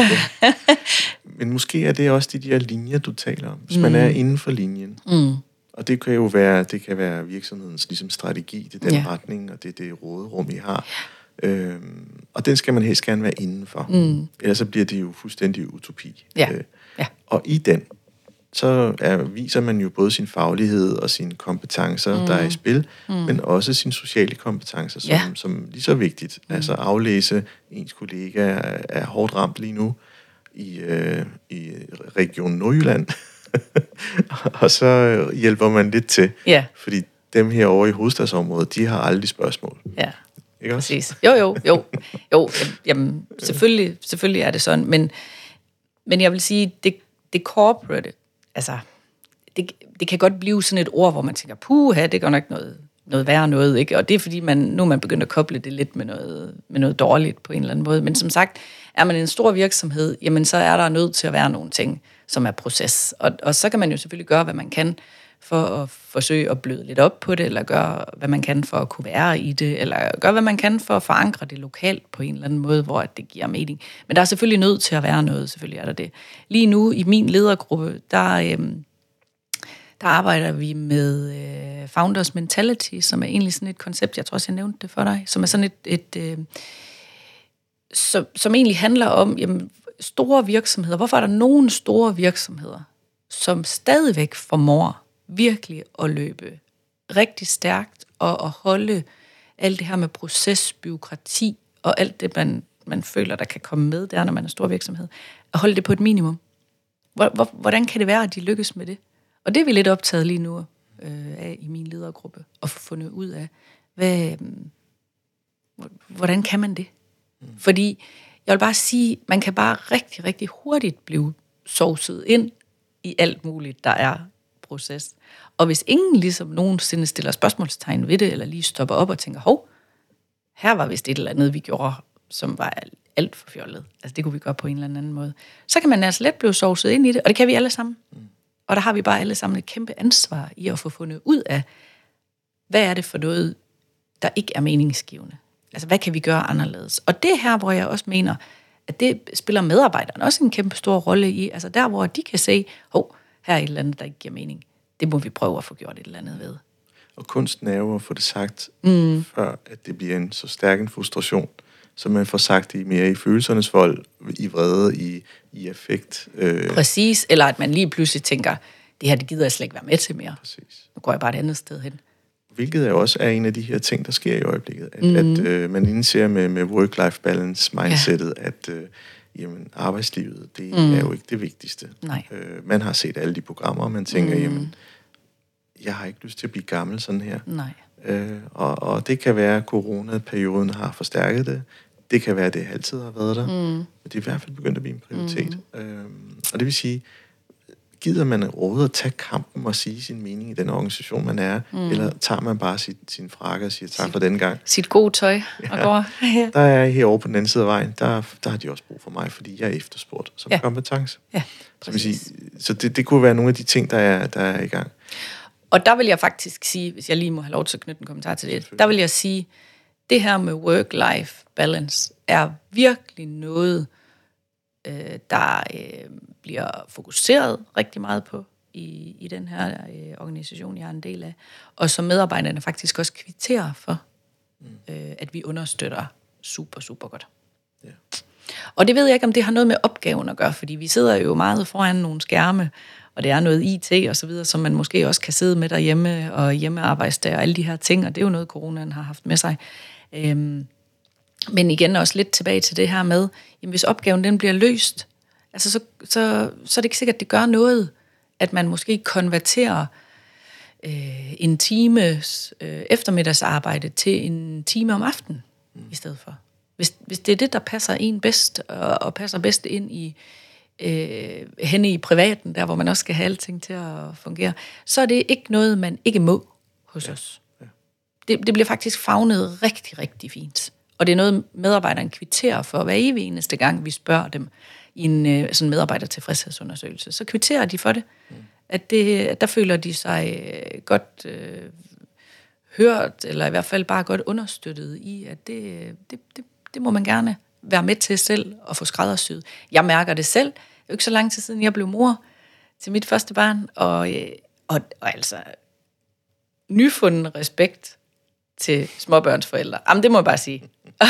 Men måske er det også de der linjer, du taler om, hvis mm. man er inden for linjen. Mm. Og det kan jo være, det kan være virksomhedens ligesom, strategi, det er den ja. retning, og det er det råderum, I har. Øhm, og den skal man helst gerne være indenfor. Mm. Ellers så bliver det jo fuldstændig utopi. Ja. Øh, ja. Og i den, så er, viser man jo både sin faglighed og sine kompetencer, mm. der er i spil, mm. men også sine sociale kompetencer, som, ja. som lige så vigtigt. Mm. Altså aflæse, ens kollega er, er hårdt ramt lige nu i, øh, i Region Nordjylland. Og så hjælper man lidt til, ja. Fordi dem her over i hovedstadsområdet, de har aldrig spørgsmål. Ja, ikke også? Præcis. Jo, jo, jo. jo jamen, selvfølgelig, selvfølgelig er det sådan, men, men jeg vil sige, det, det corporate, altså, det, det kan godt blive sådan et ord, hvor man tænker, puha, det går nok noget, noget værre noget, ikke? Og det er fordi, man, nu er man begyndt at koble det lidt med noget, med noget dårligt på en eller anden måde. Men som sagt, er man en stor virksomhed, jamen så er der nødt til at være nogle ting, som er proces. Og, og så kan man jo selvfølgelig gøre, hvad man kan for at forsøge at bløde lidt op på det, eller gøre, hvad man kan for at kunne være i det, eller gøre, hvad man kan for at forankre det lokalt på en eller anden måde, hvor det giver mening. Men der er selvfølgelig nødt til at være noget, selvfølgelig er der det. Lige nu i min ledergruppe, der, øhm, der arbejder vi med øh, Founders Mentality, som er egentlig sådan et koncept, jeg tror også, jeg nævnte det for dig, som er sådan et, et øh, som, som egentlig handler om, jamen, store virksomheder. Hvorfor er der nogle store virksomheder, som stadigvæk formår virkelig at løbe rigtig stærkt og at holde alt det her med proces, bureaukrati og alt det, man, man føler, der kan komme med der, når man er stor virksomhed, at holde det på et minimum. Hvordan kan det være, at de lykkes med det? Og det er vi lidt optaget lige nu øh, af i min ledergruppe, at få fundet ud af, hvad, hvordan kan man det? Mm. Fordi jeg vil bare sige, man kan bare rigtig, rigtig hurtigt blive sovset ind i alt muligt, der er proces. Og hvis ingen ligesom nogensinde stiller spørgsmålstegn ved det, eller lige stopper op og tænker, hov, her var vist et eller andet, vi gjorde, som var alt for fjollet. Altså det kunne vi gøre på en eller anden måde. Så kan man altså let blive sovset ind i det, og det kan vi alle sammen. Mm. Og der har vi bare alle sammen et kæmpe ansvar i at få fundet ud af, hvad er det for noget, der ikke er meningsgivende. Altså, hvad kan vi gøre anderledes? Og det her, hvor jeg også mener, at det spiller medarbejderne også en kæmpe stor rolle i. Altså der, hvor de kan se, hov, her er et eller andet, der ikke giver mening. Det må vi prøve at få gjort et eller andet ved. Og kunsten er jo at få det sagt, mm. før at det bliver en så stærk en frustration, så man får sagt det mere i følelsernes vold, i vrede, i, i affekt. Øh. Præcis, eller at man lige pludselig tænker, det her, det gider jeg slet ikke være med til mere. Præcis. Nu går jeg bare et andet sted hen. Hvilket er også er en af de her ting, der sker i øjeblikket. At, mm. at øh, man indser med, med work-life balance mindsetet, ja. at øh, jamen, arbejdslivet, det mm. er jo ikke det vigtigste. Nej. Øh, man har set alle de programmer, og man tænker, mm. jamen, jeg har ikke lyst til at blive gammel sådan her. Nej. Øh, og, og det kan være, at coronaperioden har forstærket det. Det kan være, at det altid har været der. Mm. Men det er i hvert fald begyndt at blive en prioritet. Mm. Øh, og det vil sige, gider man råde at tage kampen og sige sin mening i den organisation, man er, mm. eller tager man bare sit, sin frakke og siger tak for den gang? Sit gode tøj og ja. går. Der er jeg herovre på den anden side af vejen, der, der har de også brug for mig, fordi jeg er efterspurgt som ja. kompetence. Ja, så sige, så det, det kunne være nogle af de ting, der er, der er i gang. Og der vil jeg faktisk sige, hvis jeg lige må have lov til at knytte en kommentar til det, der vil jeg sige, det her med work-life balance er virkelig noget, øh, der øh, bliver fokuseret rigtig meget på i, i den her øh, organisation, jeg er en del af, og som medarbejderne faktisk også kvitterer for, mm. øh, at vi understøtter super, super godt. Yeah. Og det ved jeg ikke, om det har noget med opgaven at gøre, fordi vi sidder jo meget foran nogle skærme, og det er noget I T og så videre, som man måske også kan sidde med derhjemme, og hjemmearbejdsdag og alle de her ting, og det er jo noget, coronaen har haft med sig. Øhm, men igen også lidt tilbage til det her med, jamen hvis opgaven den bliver løst, altså så, så, så er det ikke sikkert, at det gør noget, at man måske konverterer øh, en times øh, eftermiddagsarbejde til en time om aftenen mm. i stedet for. Hvis, hvis det er det, der passer en bedst, og, og passer bedst ind i øh, henne i privaten, der hvor man også skal have alting til at fungere, så er det ikke noget, man ikke må hos ja. os. Ja. Det, det bliver faktisk favnet rigtig, rigtig fint. Og det er noget, medarbejderen kvitterer for hver evig eneste gang, vi spørger dem i en øh, sådan medarbejdertilfredshedsundersøgelse. Så kvitterer de for det. Mm. At, det at der føler de sig øh, godt øh, hørt, eller i hvert fald bare godt understøttet i, at det, det, det, det må man gerne være med til selv og få skræddersyet. Jeg mærker det selv. Det er jo ikke så lang tid siden, jeg blev mor til mit første barn, og, øh, og, og altså nyfunden respekt til småbørnsforældre. Jamen, det må jeg bare sige.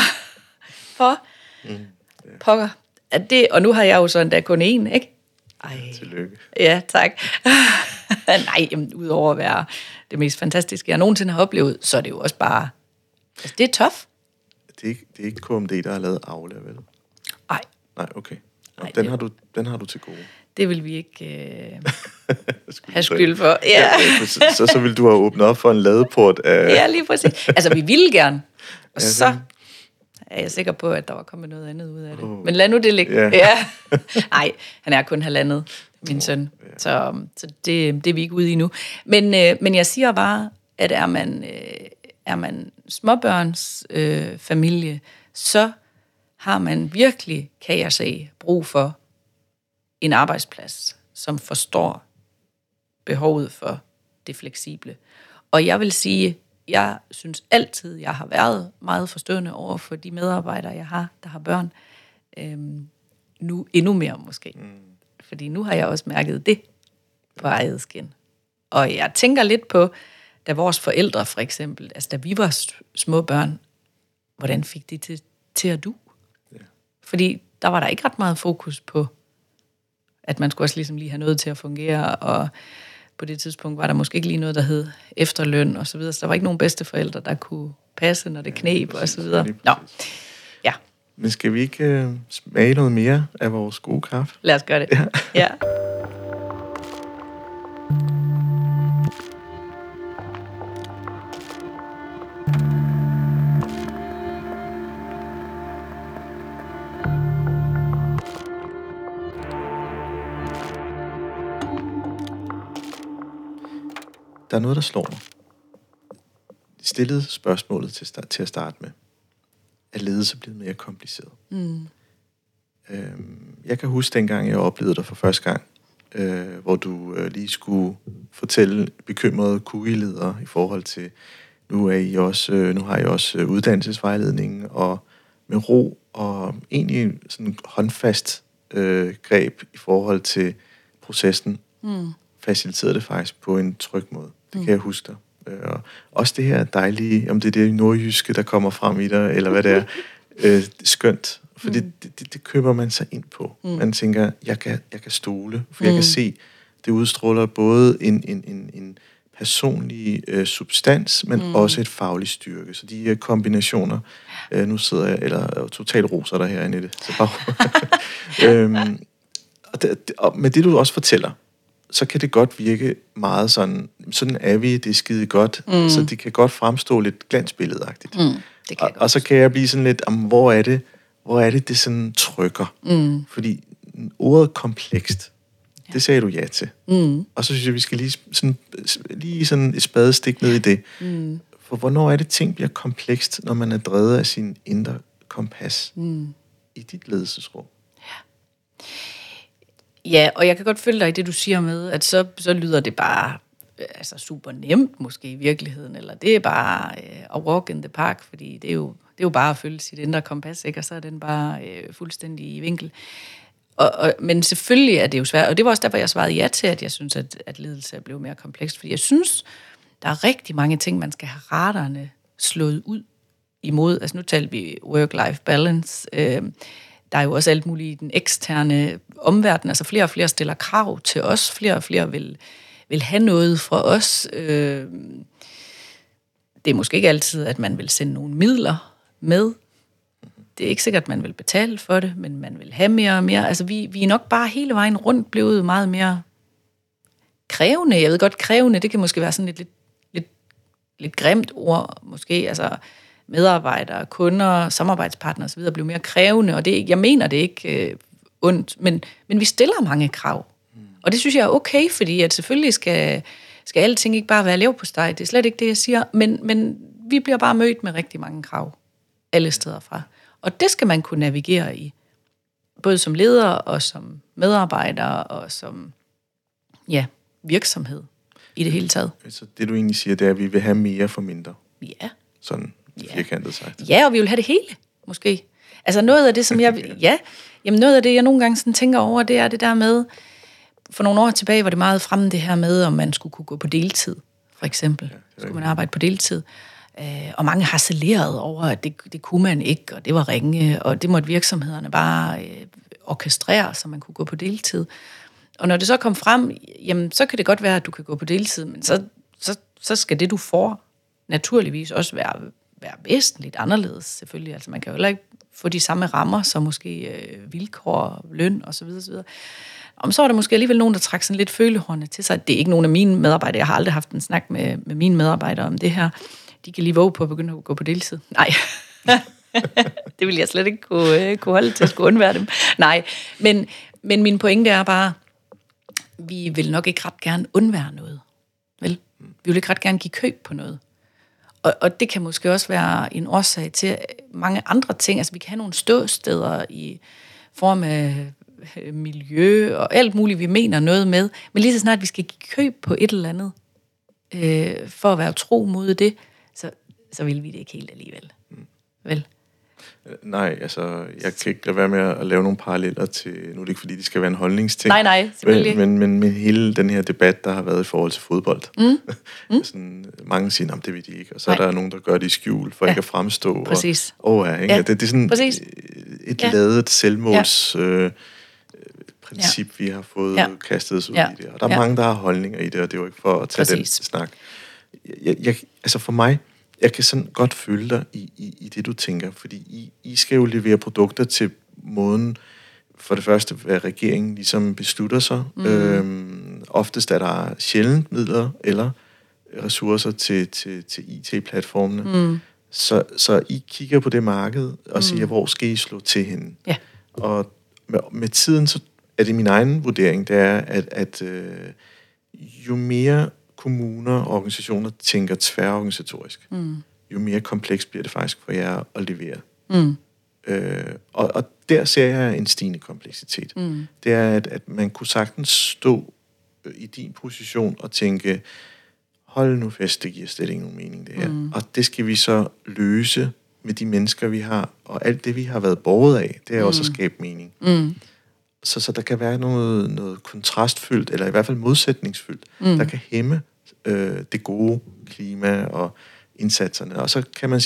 For mm, yeah. pokker. At det, og nu har jeg jo så endda kun én, ikke? Ej. Tillykke. Ja, tak. Nej, jamen, udover at være det mest fantastiske, jeg nogensinde har oplevet, så er det jo også bare... Altså, det er tough. Det er ikke, det er ikke K M D, der har lavet Aula, vel? Nej. Nej, okay. Ej, den, har du, den har du til gode. Det vil vi ikke øh, have skyld for. Ja. Ja, så, så, så vil du have åbnet op for en ladeport af... Ja, lige præcis. Altså, vi ville gerne. Og ja, så er jeg sikker på, at der var kommet noget andet ud af det. Oh. Men lad nu det ligge. Yeah. Ja. Nej, han er kun halvandet, min oh, søn. Yeah. Så, så det, det er vi ikke ude i nu. Men, øh, men jeg siger bare, at er man, øh, er man småbørns øh, familie, så har man virkelig, kan jeg se, brug for en arbejdsplads, som forstår behovet for det fleksible. Og jeg vil sige, jeg synes altid, jeg har været meget forstående over for de medarbejdere, jeg har, der har børn. Øhm, nu endnu mere måske. Mm. Fordi nu har jeg også mærket det på eget skin. Og jeg tænker lidt på, da vores forældre for eksempel, altså da vi var små børn, hvordan fik de til, til at du? Yeah. Fordi der var der ikke ret meget fokus på, at man skulle også ligesom lige have noget til at fungere, og på det tidspunkt var der måske ikke lige noget, der hed efterløn og så videre, så der var ikke nogen bedsteforældre, der kunne passe, når det kneb ja, og så videre. Nå, ja. Men skal vi ikke øh, smage noget mere af vores gode kaffe? Lad os gøre det. Ja. Ja. Der er noget, der slår mig. De stillede spørgsmålet til, start, til at starte med. Er ledelse blevet mere kompliceret? Mm. Øhm, jeg kan huske dengang, jeg oplevede dig for første gang, øh, hvor du øh, lige skulle fortælle bekymrede Q I-ledere i forhold til, nu, er I også, øh, nu har I også øh, uddannelsesvejledning, og med ro og egentlig sådan håndfast øh, greb i forhold til processen, mm. faciliterede det faktisk på en tryg måde. Det kan mm. jeg huske dig. Og også det her dejlige, om det er det nordjyske, der kommer frem i dig, eller hvad det er. øh, skønt, for mm. det, det, det køber man sig ind på. Mm. Man tænker, jeg kan, jeg kan stole, for mm. jeg kan se, det udstråler både en, en, en, en personlig øh, substans, men mm. også et faglig styrke. Så de øh, kombinationer, øh, nu sidder jeg, eller totalt roser der her, Annette. Så bare, øhm, og, det, og med det, du også fortæller, så kan det godt virke meget sådan, sådan er vi, det er skide godt, mm. så det kan godt fremstå lidt glansbilledagtigt. Mm, det kan og, og så kan jeg blive sådan lidt, om, hvor er det, hvor er det, det sådan trykker? Mm. Fordi ordet komplekst, ja. Det sagde du ja til. Mm. Og så synes jeg, vi skal lige sådan, lige sådan et spadestik ned i det. Mm. For hvornår er det, ting bliver komplekst, når man er drevet af sin indre kompas mm. i dit ledelsesrum? Ja. Ja, og jeg kan godt følge dig i det, du siger med, at så, så lyder det bare altså super nemt måske i virkeligheden, eller det er bare uh, a walk in the park, fordi det er jo, det er jo bare at følge sit indre kompas, ikke? Og så er den bare uh, fuldstændig i vinkel. Og, og, men selvfølgelig er det jo svært, og det var også derfor, jeg svarede ja til, at jeg synes, at, at ledelse er blevet mere komplekst, fordi jeg synes, der er rigtig mange ting, man skal have raderne slået ud imod. Altså nu talte vi work-life balance. Øh, der er jo også alt muligt i den eksterne omverden. Altså flere og flere stiller krav til os. Flere og flere vil, vil have noget fra os. Øh, det er måske ikke altid, at man vil sende nogle midler med. Det er ikke sikkert, at man vil betale for det, men man vil have mere og mere. Altså vi, vi er nok bare hele vejen rundt blevet meget mere krævende. Jeg ved godt, krævende, det kan måske være sådan et lidt, lidt, lidt grimt ord, måske. Altså medarbejdere, kunder, samarbejdspartnere osv. bliver mere krævende, og det, jeg mener det ikke øh, ondt, men, men vi stiller mange krav. Mm. Og det synes jeg er okay, fordi at selvfølgelig skal, skal alting ikke bare være leverpostej. Det er slet ikke det, jeg siger, men, men vi bliver bare mødt med rigtig mange krav alle steder fra. Og det skal man kunne navigere i, både som leder og som medarbejder og som ja, virksomhed i det hele taget. Så det du egentlig siger, det er, at vi vil have mere for mindre? Ja. Sådan firkantet sagt. Ja, og vi vil have det hele, måske. Altså noget af det, som jeg... ja, jamen noget af det, jeg nogle gange sådan tænker over, det er det der med... For nogle år tilbage var det meget fremme det her med, om man skulle kunne gå på deltid, for eksempel. Ja, skulle man arbejde på deltid. Øh, og mange harcelerede over, at det, det kunne man ikke, og det var ringe, og det måtte virksomhederne bare øh, orkestrere, så man kunne gå på deltid. Og når det så kom frem, jamen så kan det godt være, at du kan gå på deltid, men så, så, så skal det, du får, naturligvis også være, være væsentligt anderledes, selvfølgelig. Altså man kan jo heller ikke få de samme rammer, som måske øh, vilkår, løn osv. osv. Om så var der måske alligevel nogen, der trak sådan lidt følehornene til sig. Det er ikke nogen af mine medarbejdere. Jeg har aldrig haft en snak med, med mine medarbejdere om det her. De kan lige våge på at begynde at gå på deltid. Nej, det vil jeg slet ikke kunne, øh, kunne holde til at skulle undvære dem. Nej, men, men min pointe er bare, vi vil nok ikke ret gerne undvære noget. Vel? Vi vil ikke ret gerne give køb på noget. Og, og det kan måske også være en årsag til mange andre ting. Altså vi kan have nogle ståsteder i form af miljø og alt muligt, vi mener noget med. Men lige så snart vi skal give køb på et eller andet, øh, for at være tro mod det, så, så vil vi det ikke helt alligevel. Mm. Vel? Nej, altså, jeg kan ikke lade være med at lave nogle paralleller til, nu er det ikke fordi, det skal være en holdningsting. Nej, nej, selvfølgelig men, men, men, men hele den her debat, der har været i forhold til fodbold. Mm. Mm. Sådan, mange siger, det vil de ikke, og så nej. Er der nogen, der gør det i skjul, for ja. Ikke at fremstå. Præcis. Og, oh, ja, ikke? Ja. Det, det er sådan Præcis. Et ja. Ladet selvmåls... Ja. Øh, princip, ja. Vi har fået ja. Kastet os ud ja. I det. Og der er ja. Mange, der har holdninger i det, og det er jo ikke for at tage Præcis. Den snak. Jeg, jeg, altså for mig, jeg kan sådan godt følge dig i, i, i det, du tænker, fordi I, I skal jo levere produkter til måden, for det første, hvad regeringen ligesom beslutter sig. Mm. Øhm, oftest er der sjældent midler eller ressourcer til, til, til I T-platformene. Mm. Så, så I kigger på det marked og mm. siger, hvor skal I slå til henne? Ja. Og med, med tiden, så er det min egen vurdering, det er, at, at øh, jo mere kommuner og organisationer tænker tværorganisatorisk, mm. jo mere komplekst bliver det faktisk for jer at levere. Mm. Øh, og, og der ser jeg en stigende kompleksitet. Mm. Det er, at, at man kunne sagtens stå i din position og tænke, hold nu fast, det giver slet ikke nogen mening det her. Mm. Og det skal vi så løse med de mennesker, vi har, og alt det, vi har været båret af, det er mm. også at skabe mening. Mm. Så, så der kan være noget, noget kontrastfyldt, eller i hvert fald modsætningsfyldt, mm. der kan hæmme øh, det gode klima og indsatserne. Og så kan man sige,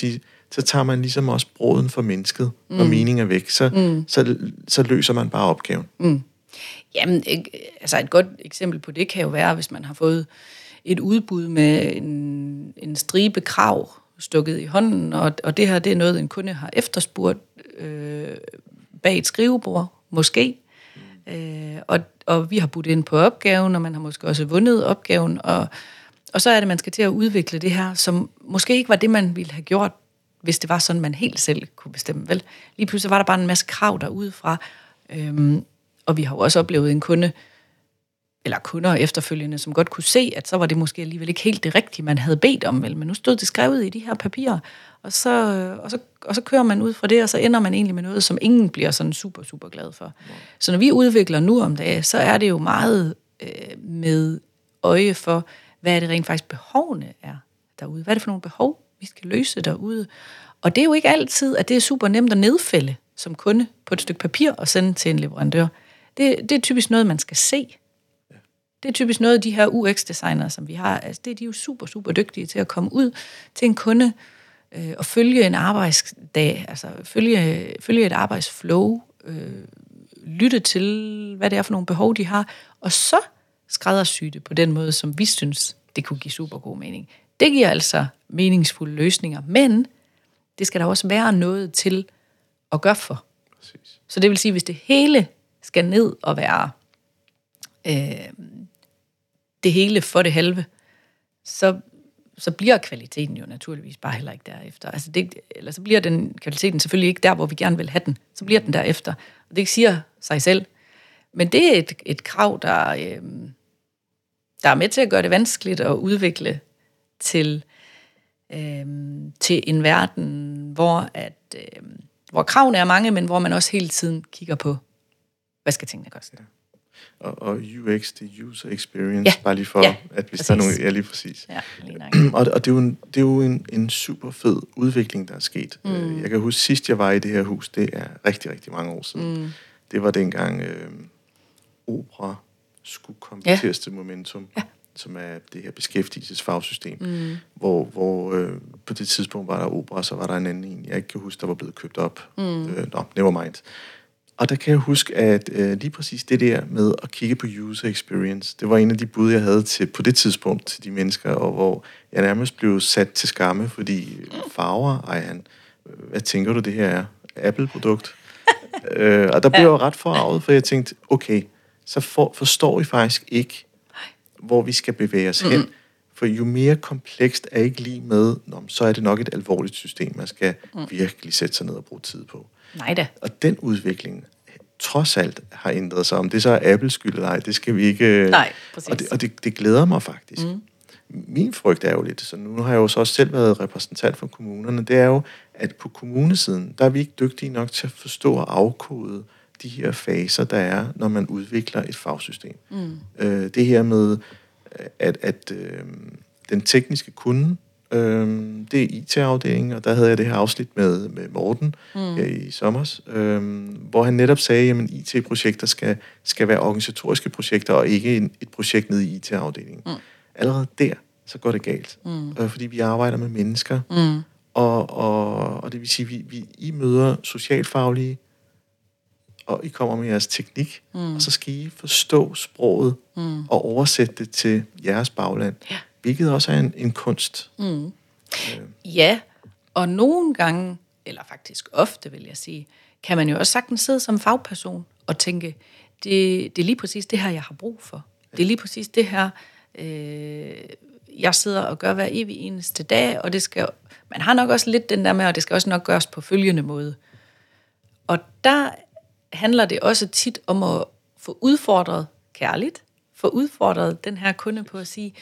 så tager man ligesom også bråden for mennesket, mm. og meningen er væk, så, mm. så, så løser man bare opgaven. Mm. Jamen, altså et godt eksempel på det kan jo være, hvis man har fået et udbud med en, en stribe krav stukket i hånden, og, og det her, det er noget, en kunde har efterspurgt øh, bag et skrivebord, måske. Mm. Øh, og, og vi har budt ind på opgaven, og man har måske også vundet opgaven, og, og så er det, man skal til at udvikle det her, som måske ikke var det, man ville have gjort, hvis det var sådan, man helt selv kunne bestemme. Vel? Lige pludselig var der bare en masse krav derudefra, øhm, og vi har jo også oplevet en kunde, eller kunder efterfølgende, som godt kunne se, at så var det måske alligevel ikke helt det rigtige, man havde bedt om, vel? Men nu stod det skrevet i de her papirer, og så, og, så, og så kører man ud fra det, og så ender man egentlig med noget, som ingen bliver sådan super, super glad for. Ja. Så når vi udvikler nu om dagen, så er det jo meget øh, med øje for, hvad er det rent faktisk behovene er derude? Hvad er det for nogle behov, vi skal løse derude? Og det er jo ikke altid, at det er super nemt at nedfælde som kunde på et stykke papir og sende til en leverandør. Det, det er typisk noget, man skal se. Det er typisk noget af de her U X-designere, som vi har. Altså, det er de jo super, super dygtige til at komme ud til en kunde øh, og følge en arbejdsdag, altså følge, følge et arbejdsflow, øh, lytte til, hvad det er for nogle behov, de har, og så skræddersy det på den måde, som vi synes, det kunne give super god mening. Det giver altså meningsfulde løsninger, men det skal der også være noget til at gøre for. Præcis. Så det vil sige, hvis det hele skal ned og være øh, det hele for det halve, så, så bliver kvaliteten jo naturligvis bare heller ikke derefter. Altså det, eller så bliver den kvaliteten selvfølgelig ikke der, hvor vi gerne vil have den. Så bliver den derefter. Og det siger sig selv. Men det er et, et krav, der, øh, der er med til at gøre det vanskeligt at udvikle til, øh, til en verden, hvor, at, øh, hvor kravene er mange, men hvor man også hele tiden kigger på, hvad skal tingene koste. Ja. Og, og U X, det er user experience, ja. Bare lige for, ja, at hvis præcis. Der er nogle... Ja, lige præcis. Ja, lige og, og det er jo, en, det er jo en, en super fed udvikling, der er sket. Mm. Jeg kan huske, sidst jeg var i det her hus, det er rigtig, rigtig mange år siden. Mm. Det var dengang øh, Opera skulle konverteres ja. Til Momentum, ja. Som er det her beskæftigelsesfagsystem, mm. hvor, hvor øh, på det tidspunkt var der Opera, så var der en anden en, jeg ikke kan huske, der var blevet købt op. Mm. Øh, Nå, never mind. Og der kan jeg huske, at øh, lige præcis det der med at kigge på user experience, det var en af de bud, jeg havde til på det tidspunkt til de mennesker, og hvor jeg nærmest blev sat til skamme, fordi farver, ej han, hvad tænker du det her er? Apple-produkt? øh, og der blev jeg ret forarvet, for jeg tænkte, okay, så for, forstår I faktisk ikke, hvor vi skal bevæge os hen. For jo mere komplekst er ikke lige med, nå, så er det nok et alvorligt system, man skal virkelig sætte sig ned og bruge tid på. Nej da. Og den udvikling, trods alt, har ændret sig. Om det så er Apples skyld eller ej, det skal vi ikke... Nej, præcis. Og det, og det, det glæder mig faktisk. Mm. Min frygt er jo lidt, så nu har jeg jo så også selv været repræsentant for kommunerne, det er jo, at på kommunesiden, der er vi ikke dygtige nok til at forstå og afkode de her faser, der er, når man udvikler et fagsystem. Mm. Øh, det her med, at, at øh, den tekniske kunde, Øhm, det er I T-afdelingen, og der havde jeg det her afsnit med, med Morten mm. i sommers, øhm, hvor han netop sagde, at I T-projekter skal, skal være organisatoriske projekter, og ikke en, et projekt nede i I T-afdelingen. Mm. Allerede der, så går det galt. Mm. Øh, fordi vi arbejder med mennesker, mm. og, og, og det vil sige, at vi, vi, I møder socialfaglige, og I kommer med jeres teknik, mm. og så skal I forstå sproget, mm. og oversætte det til jeres bagland. Ja. Hvilket også er en, en kunst. Mm. Øh. Ja, og nogle gange, eller faktisk ofte vil jeg sige, kan man jo også sagtens sidde som fagperson og tænke, det, det er lige præcis det her, jeg har brug for. Ja. Det er lige præcis det her, øh, jeg sidder og gør hver evig eneste dag, og det skal, man har nok også lidt den der med, og det skal også nok gøres på følgende måde. Og der handler det også tit om at få udfordret kærligt, få udfordret den her kunde på at sige,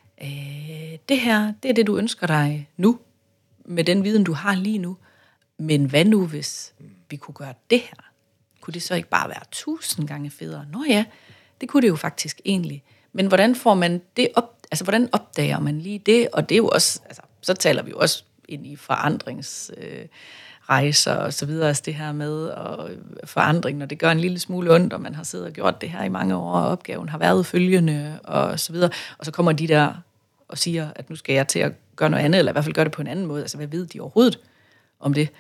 Øh, det her, det er det, du ønsker dig nu, med den viden, du har lige nu. Men hvad nu, hvis vi kunne gøre det her? Kunne det så ikke bare være tusind gange federe? Nå ja, det kunne det jo faktisk egentlig. Men hvordan får man det op? Altså, hvordan opdager man lige det? Og det er jo også, altså, så taler vi jo også ind i forandringsrejser og så videre, altså det her med og forandring, når det gør en lille smule ondt, og man har siddet og gjort det her i mange år, og opgaven har været følgende, og så videre. Og så kommer de der og siger, at nu skal jeg til at gøre noget andet, eller i hvert fald gøre det på en anden måde. Altså, hvad ved de overhovedet om det.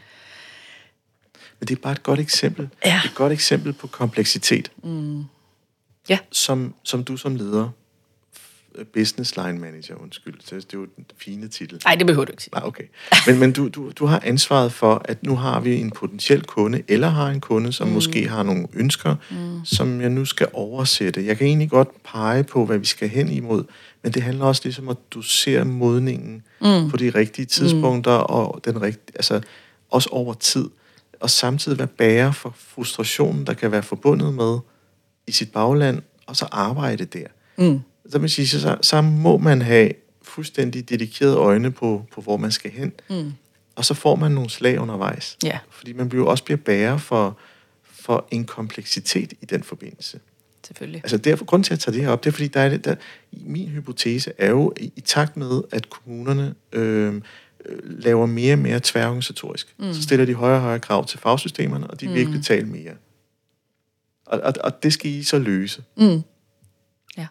Men det er bare et godt eksempel. Ja. Et godt eksempel på kompleksitet. Mm. Ja. Som, som du som leder, business line manager, undskyld, det er jo den fine titel. Nej, det behøver du ikke sige. Nej, okay. Men, men du, du, du har ansvaret for, at nu har vi en potentiel kunde, eller har en kunde, som mm. måske har nogle ønsker, mm. som jeg nu skal oversætte. Jeg kan egentlig godt pege på, hvad vi skal hen imod, men det handler også ligesom, at du ser modningen mm. på de rigtige tidspunkter, mm. og den rigtige, altså også over tid, og samtidig være bærer for frustrationen, der kan være forbundet med i sit bagland, og så arbejde der. Mm. Så, man sige, så, så må man have fuldstændig dedikerede øjne på, på hvor man skal hen. Mm. Og så får man nogle slag undervejs. Ja. Fordi man bliver også bliver bærer for, for en kompleksitet i den forbindelse. Selvfølgelig. Altså derfor, grunden til at tage det her op, det er fordi, der er det, der, min hypotese er jo, i, i takt med, at kommunerne øh, øh, laver mere og mere tværorganisatorisk, mm. så stiller de højere og højere krav til fagsystemerne, og de vil mm. ikke betale mere. Og, og, og det skal I så løse. Mm. Ja.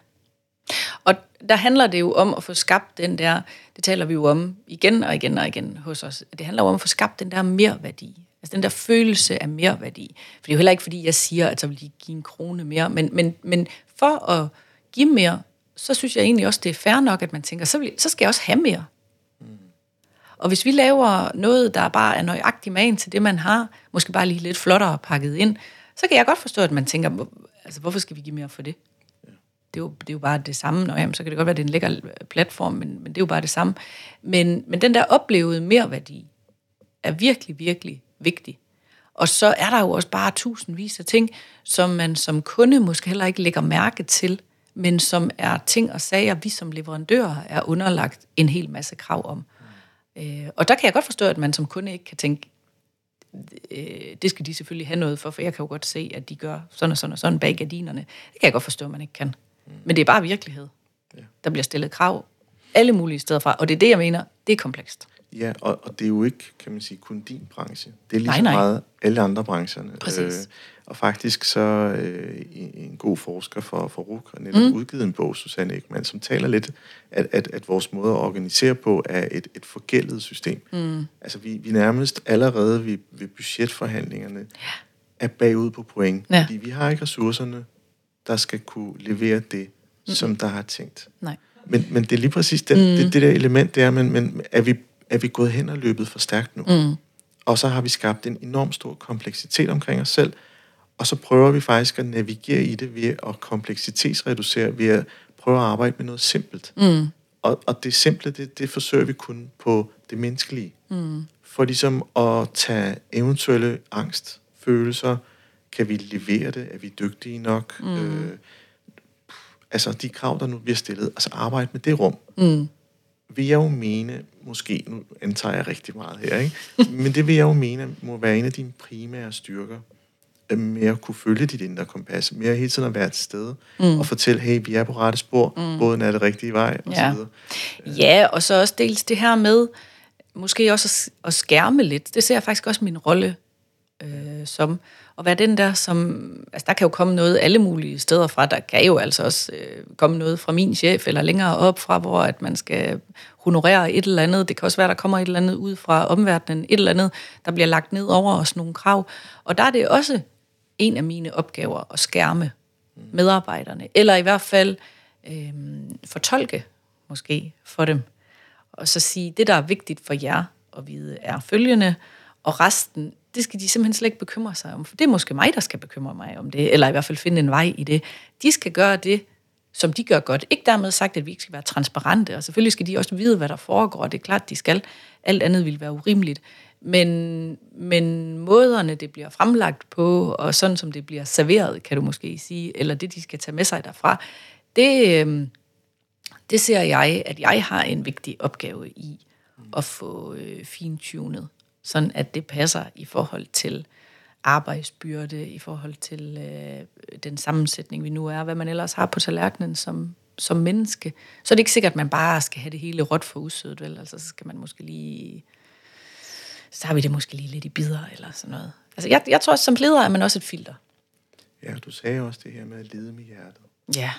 Og der handler det jo om at få skabt den der, det taler vi jo om igen og igen og igen hos os, det handler jo om at få skabt den der merværdi. Altså den der følelse af merværdi. For det er jo heller ikke, fordi jeg siger, at så vil de give en krone mere, men, men, men for at give mere, så synes jeg egentlig også, det er fair nok, at man tænker, så, vil, så skal jeg også have mere. Mm. Og hvis vi laver noget, der bare er nøjagtig magen til det, man har, måske bare lige lidt flottere pakket ind, så kan jeg godt forstå, at man tænker, altså hvorfor skal vi give mere for det? Ja. Det, er jo, det er jo bare det samme. Nå, jamen, så kan det godt være, at det er en lækker platform, men, men det er jo bare det samme. Men, men den der oplevede merværdi er virkelig, virkelig vigtig. Og så er der jo også bare tusindvis af ting, som man som kunde måske heller ikke lægger mærke til, men som er ting og sager, vi som leverandører er underlagt en hel masse krav om. Mm. Øh, og der kan jeg godt forstå, at man som kunde ikke kan tænke, øh, det skal de selvfølgelig have noget for, for jeg kan jo godt se, at de gør sådan og sådan og sådan bag gardinerne. Det kan jeg godt forstå, at man ikke kan. Mm. Men det er bare virkelighed. Ja. Der bliver stillet krav alle mulige steder fra, og det er det, jeg mener, det er komplekst. Ja, og, og det er jo ikke, kan man sige, kun din branche. Det er lige nej, så nej. meget alle andre brancherne. Præcis. Øh, og faktisk så øh, en god forsker for, for R U K har netop mm. udgivet en bog, Susanne Ekman, som taler lidt, at, at, at vores måde at organisere på er et, et forgældet system. Mm. Altså vi, vi nærmest allerede ved, ved budgetforhandlingerne ja. er bagud på point. Ja. Fordi vi har ikke ressourcerne, der skal kunne levere det, mm. som der har tænkt. Nej. Men, men det er lige præcis den, mm. det, det der element der, men, men er vi er vi gået hen og løbet for stærkt nu. Mm. Og så har vi skabt en enorm stor kompleksitet omkring os selv, og så prøver vi faktisk at navigere i det ved at kompleksitetsreducere, ved at prøve at arbejde med noget simpelt. Mm. Og, og det simple, det, det forsøger vi kun på det menneskelige. Mm. For ligesom at tage eventuelle angst, følelser, kan vi levere det, er vi dygtige nok, mm. øh, altså de krav, der nu bliver stillet, altså arbejde med det rum. Mm. Vil jeg jo mene, måske, nu antager jeg rigtig meget her, ikke? Men det vil jeg jo mene, må være en af dine primære styrker, med at kunne følge dit indre kompas, med at hele tiden at være til stede, mm. og fortælle, hey, vi er på rette spor, mm. båden er det rigtige vej, og ja. så videre. Ja, og så også dels det her med, måske også at skærme lidt, det ser jeg faktisk også min rolle øh, som, at være den der, som, altså der kan jo komme noget alle mulige steder fra, der kan jo altså også øh, komme noget fra min chef, eller længere op fra, hvor at man skal honorere et eller andet, det kan også være, der kommer et eller andet ud fra omverdenen, et eller andet, der bliver lagt ned over os nogle krav, og der er det også en af mine opgaver at skærme medarbejderne, eller i hvert fald øh, fortolke måske for dem, og så sige, det der er vigtigt for jer at vide er følgende, og resten, det skal de simpelthen slet ikke bekymre sig om, for det er måske mig, der skal bekymre mig om det, eller i hvert fald finde en vej i det. De skal gøre det, som de gør godt. Ikke dermed sagt, at vi ikke skal være transparente, og selvfølgelig skal de også vide, hvad der foregår, og det er klart, de skal. Alt andet vil være urimeligt. Men, men måderne, det bliver fremlagt på, og sådan som det bliver serveret, kan du måske sige, eller det, de skal tage med sig derfra, det, det ser jeg, at jeg har en vigtig opgave i at få øh, fintunet, sådan at det passer i forhold til arbejdsbyrde, i forhold til øh, den sammensætning, vi nu er, hvad man ellers har på tallerkenen som, som menneske. Så er det ikke sikkert, at man bare skal have det hele råt for usødet, vel? Altså, så skal man måske lige... Så har vi det måske lige lidt i bidder, eller sådan noget. Altså, jeg, jeg tror også, som leder er man også et filter. Ja, du sagde også det her med at lede med hjertet. Ja.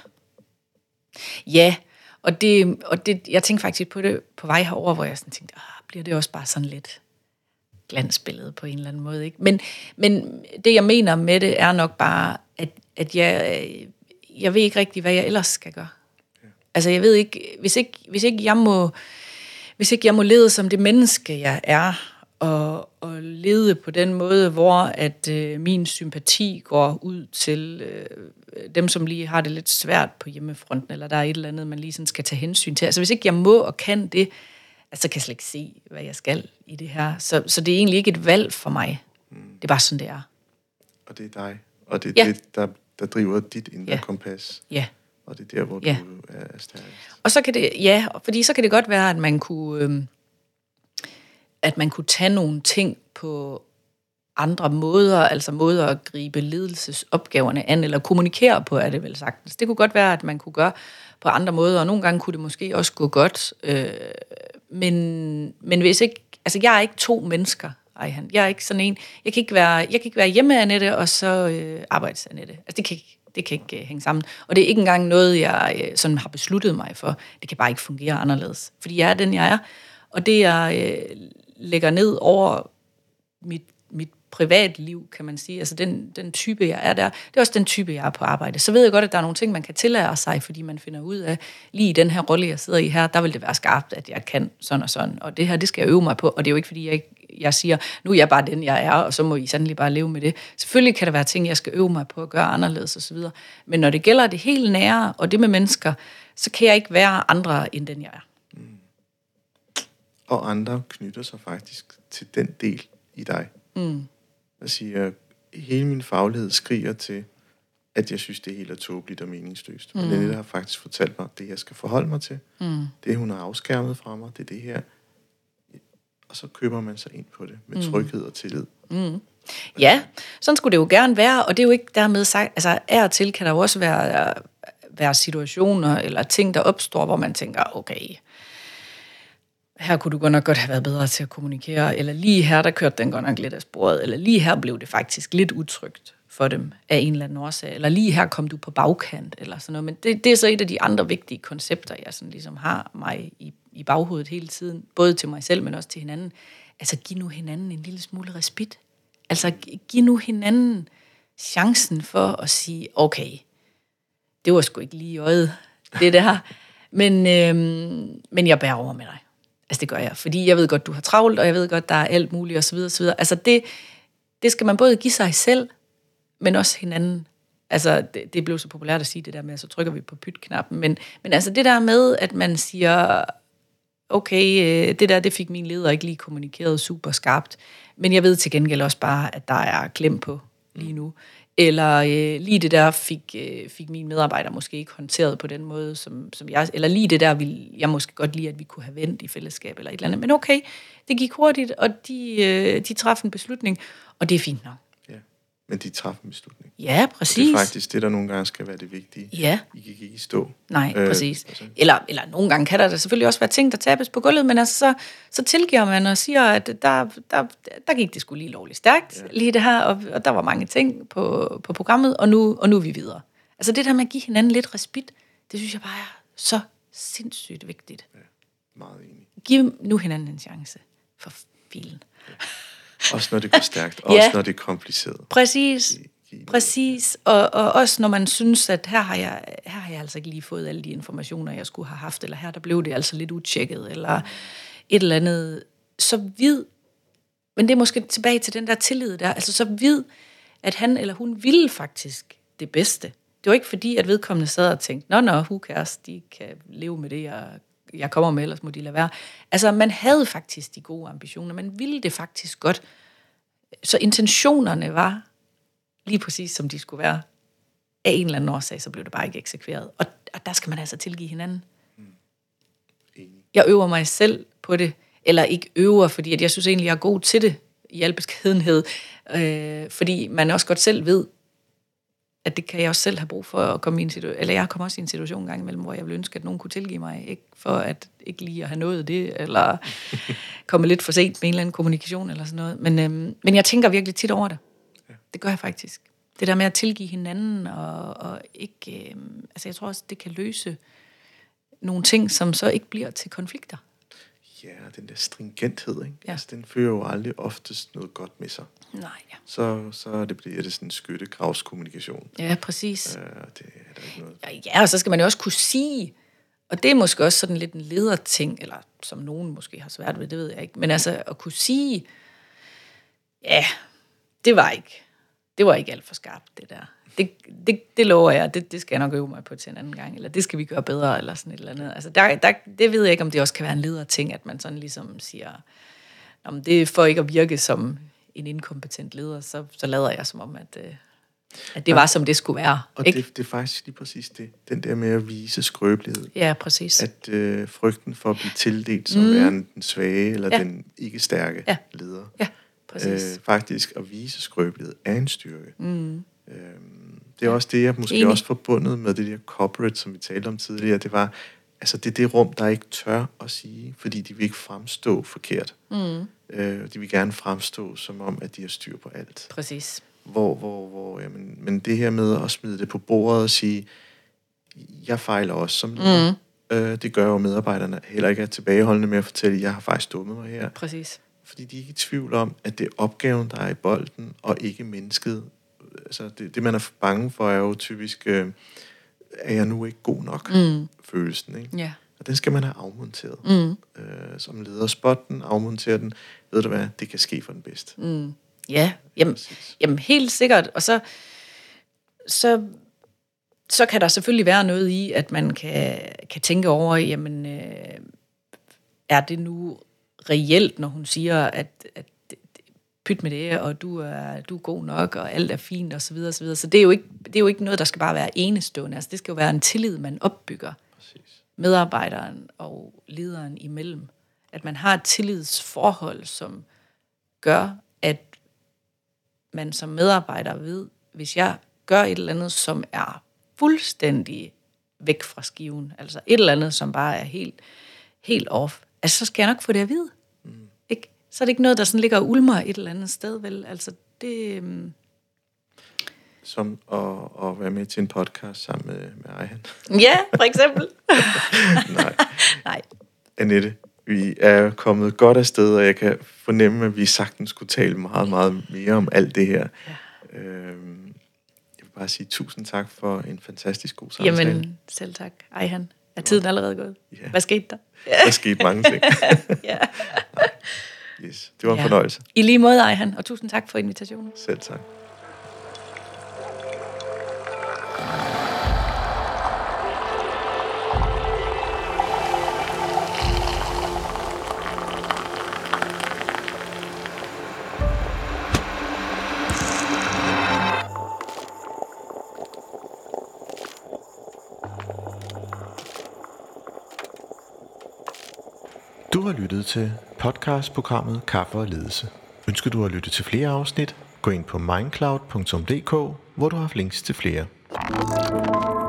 Ja, og, det, og det, jeg tænkte faktisk på det på vej herover, hvor jeg sådan tænkte, ah, bliver det også bare sådan lidt... glansbillede på en eller anden måde. Ikke? Men, men det, jeg mener med det, er nok bare, at, at jeg, jeg ved ikke rigtig, hvad jeg ellers skal gøre. Ja. Altså, jeg ved ikke, hvis ikke, hvis ikke jeg må, hvis ikke jeg må lede som det menneske, jeg er, og, og lede på den måde, hvor at øh, min sympati går ud til øh, dem, som lige har det lidt svært på hjemmefronten, eller der er et eller andet, man lige sådan skal tage hensyn til. Altså, hvis ikke jeg må og kan det, altså kan jeg slet ikke se, hvad jeg skal i det her. Så, så det er egentlig ikke et valg for mig. Mm. Det er bare sådan, det er. Og det er dig. Og det er ja. det, der, der driver dit indre ja. kompas. Ja. Og det er der, hvor ja. du er stærkest. Og så kan det, ja, fordi så kan det godt være, at man kunne, øhm, at man kunne tage nogle ting på andre måder, altså måder at gribe ledelsesopgaverne an, eller kommunikere på, er det vel sagtens. Det kunne godt være, at man kunne gøre på andre måder, og nogle gange kunne det måske også gå godt. Øh, men, men hvis ikke, altså jeg er ikke to mennesker, Ejhan. Jeg er ikke sådan en, jeg kan ikke være, jeg kan ikke være hjemme Annette, og så øh, arbejdes Annette. Altså det kan ikke, det kan ikke uh, hænge sammen. Og det er ikke engang noget, jeg uh, sådan har besluttet mig for. Det kan bare ikke fungere anderledes. Fordi jeg er den, jeg er. Og det, jeg uh, lægger ned over mit, mit privatliv, kan man sige, altså den, den type, jeg er der, det er også den type, jeg er på arbejde. Så ved jeg godt, at der er nogle ting, man kan tillære sig, fordi man finder ud af, lige i den her rolle, jeg sidder i her, der vil det være skarpt, at jeg kan sådan og sådan. Og det her, det skal jeg øve mig på. Og det er jo ikke, fordi jeg, jeg siger, nu er jeg bare den, jeg er, og så må I sandelig bare leve med det. Selvfølgelig kan der være ting, jeg skal øve mig på at gøre anderledes osv. Men når det gælder det helt nære, og det med mennesker, så kan jeg ikke være andre, end den, jeg er. Mm. Og andre knytter sig faktisk til den del i dig. Mm. Jeg siger, hele min faglighed skriger til, at jeg synes, det hele er tåbeligt og meningsløst. Mm. Men Annette har faktisk fortalt mig, det jeg skal forholde mig til. Mm. Det, hun har afskærmet fra mig, det er det her. Og så køber man sig ind på det med mm. tryghed og tillid. Mm. Ja, sådan skulle det jo gerne være, og det er jo ikke dermed sagt, altså af og til kan der jo også være, være situationer eller ting, der opstår, hvor man tænker, okay, her kunne du godt nok godt have været bedre til at kommunikere, eller lige her, der kørte den godt nok lidt af sporet, eller lige her blev det faktisk lidt utrygt for dem af en eller anden årsag, eller lige her kom du på bagkant, eller sådan noget. Men det, det er så et af de andre vigtige koncepter, jeg sådan ligesom har mig i, i baghovedet hele tiden, både til mig selv, men også til hinanden. Altså, giv nu hinanden en lille smule respit. Altså, giv nu hinanden chancen for at sige, okay, det var sgu ikke lige i øjet, det der, men, øhm, men jeg bærer over med dig. Altså det gør jeg, fordi jeg ved godt, du har travlt, og jeg ved godt, der er alt muligt osv. osv. Altså det, det skal man både give sig selv, men også hinanden. Altså det, det blev så populært at sige det der med, så trykker vi på pyt-knappen. Men, men altså det der med, at man siger, okay, det der, det fik min leder ikke lige kommunikeret super skarpt, men jeg ved til gengæld også bare, at der er klem på lige nu. Eller øh, lige det der fik, øh, fik mine medarbejdere måske ikke håndteret på den måde, som, som jeg... Eller lige det der ville jeg måske godt lide, at vi kunne have vendt i fællesskab eller et eller andet. Men okay, det gik hurtigt, og de, øh, de træffede en beslutning, og det er fint nok. Ja, men de træffede en beslutning. Ja, præcis. Det er faktisk det, der nogle gange skal være det vigtige. Ja. I kan ikke stå. Nej, øh, præcis. Altså. Eller, eller nogle gange kan der, der selvfølgelig også være ting, der tabes på gulvet, men altså, så, så tilgiver man og siger, at der, der, der gik det sgu lige lovligt stærkt, ja. Lige det her, og, og der var mange ting på, på programmet, og nu, og nu er vi videre. Altså det der med at give hinanden lidt respit, det synes jeg bare er så sindssygt vigtigt. Ja, meget enig. Giv nu hinanden en chance for filen. Ja. Også når det går stærkt, også ja. Når det er kompliceret. Præcis. Præcis, og, og også når man synes, at her har, jeg, her har jeg altså ikke lige fået alle de informationer, jeg skulle have haft, eller her der blev det altså lidt utjekket, eller et eller andet, så vid, men det er måske tilbage til den der tillid der, altså så vid, at han eller hun ville faktisk det bedste. Det var ikke fordi, at vedkommende sad og tænkte, nå, nå, who cares, de kan leve med det, jeg, jeg kommer med, ellers må de lade være. Altså, man havde faktisk de gode ambitioner, man ville det faktisk godt, så intentionerne var lige præcis som de skulle være. Af en eller anden årsag, så blev det bare ikke eksekveret. Og, og der skal man altså tilgive hinanden. Mm. Jeg øver mig selv på det, eller ikke øver, fordi at jeg synes egentlig, jeg er god til det, i al beskedenhed. Øh, fordi man også godt selv ved, at det kan jeg også selv have brug for at komme i en situation, eller jeg kommer også i en situation en gang imellem, hvor jeg vil ønske, at nogen kunne tilgive mig, ikke for at ikke lige at have nået det, eller komme lidt for sent med en eller anden kommunikation, eller sådan noget. Men, øhm, men jeg tænker virkelig tit over det. Det gør jeg faktisk. Det der med at tilgive hinanden, og, og ikke... Øh, altså jeg tror også, det kan løse nogle ting, som så ikke bliver til konflikter. Ja, den der stringenthed, ikke? Ja. Altså, den fører jo aldrig oftest noget godt med sig. Nej, ja. Så, så det bliver det sådan en skyttegravskommunikation. Ja, præcis. Øh, det er der ikke noget. Ja, og så skal man jo også kunne sige, og det er måske også sådan lidt en lederting, eller som nogen måske har svært ved, det ved jeg ikke, men altså at kunne sige, ja, det var ikke, det var ikke alt for skarpt, det der. Det, det, det lover jeg, det, det skal jeg nok øve mig på til en anden gang, eller det skal vi gøre bedre, eller sådan et eller andet. Altså der, der, det ved jeg ikke, om det også kan være en lederting, at man sådan ligesom siger, om det er for ikke at virke som en inkompetent leder, så, så lader jeg som om, at, at det var, som det skulle være. Og ikke? det, det er faktisk lige præcis det. Den der med at vise skrøbelighed. Ja, præcis. At øh, frygten for at blive tildelt som mm. værende den svage, eller ja. den ikke stærke ja. leder. Ja, præcis. Øh, faktisk at vise skrøbelighed er en styrke. Mm. Øhm, det er også det, jeg måske Enig. også forbundet med det der corporate, som vi talte om tidligere. Det var, altså det er det rum, der ikke tør at sige, fordi de vil ikke fremstå forkert. Mm. Øh, de vil gerne fremstå som om, at de har styr på alt. Præcis. Hvor, hvor, hvor, jamen, men det her med at smide det på bordet og sige, jeg fejler også som leder. Mm. Øh, det gør jo medarbejderne heller ikke er tilbageholdende med at fortælle, jeg har faktisk dummet mig her. Præcis. Fordi de er ikke i tvivl om, at det er opgaven, der er i bolden, og ikke mennesket. Altså det, det man er bange for, er jo typisk, øh, er jeg nu ikke god nok, mm. følelsen. Ikke? Ja. Og den skal man have afmonteret. Mm. Øh, som leder, spot den, afmontere den. Ved du hvad, det kan ske for den bedste. Mm. Ja, jamen, jamen helt sikkert. Og så, så, så kan der selvfølgelig være noget i, at man kan, kan tænke over, jamen, øh, er det nu reelt, når hun siger, at, at pyt med det, og du er, du er god nok, og alt er fint, og så videre, og så videre. Så det er jo ikke, det er jo ikke noget, der skal bare være enestående. Altså, det skal jo være en tillid, man opbygger. Præcis. Medarbejderen og lederen imellem. At man har et tillidsforhold, som gør, at man som medarbejder ved, hvis jeg gør et eller andet, som er fuldstændig væk fra skiven, altså et eller andet, som bare er helt, helt off, altså så skal jeg nok få det at vide. Mm. Ikke? Så er det ikke noget, der sådan ligger og ulmer et eller andet sted, vel? Altså det... Um... Som at, at være med til en podcast sammen med, med Ejhan. Ja, for eksempel. Nej. Nej. Annette, vi er kommet godt afsted, og jeg kan fornemme, at vi sagtens skulle tale meget, meget mere om alt det her. Ja. Øhm, jeg vil bare sige tusind tak for en fantastisk god samtale. Jamen, selv tak. Ejhan, er tiden allerede gået? Ja. Hvad skete der? Der skete mange ting. Ja. Yes, det var en ja. fornøjelse. I lige måde, Ejhan, og tusind tak for invitationen. Selv tak. Du har lyttet til podcastprogrammet Kaffe og Ledelse. Ønsker du at lytte til flere afsnit? Gå ind på mindcloud punktum d k, hvor du har links til flere.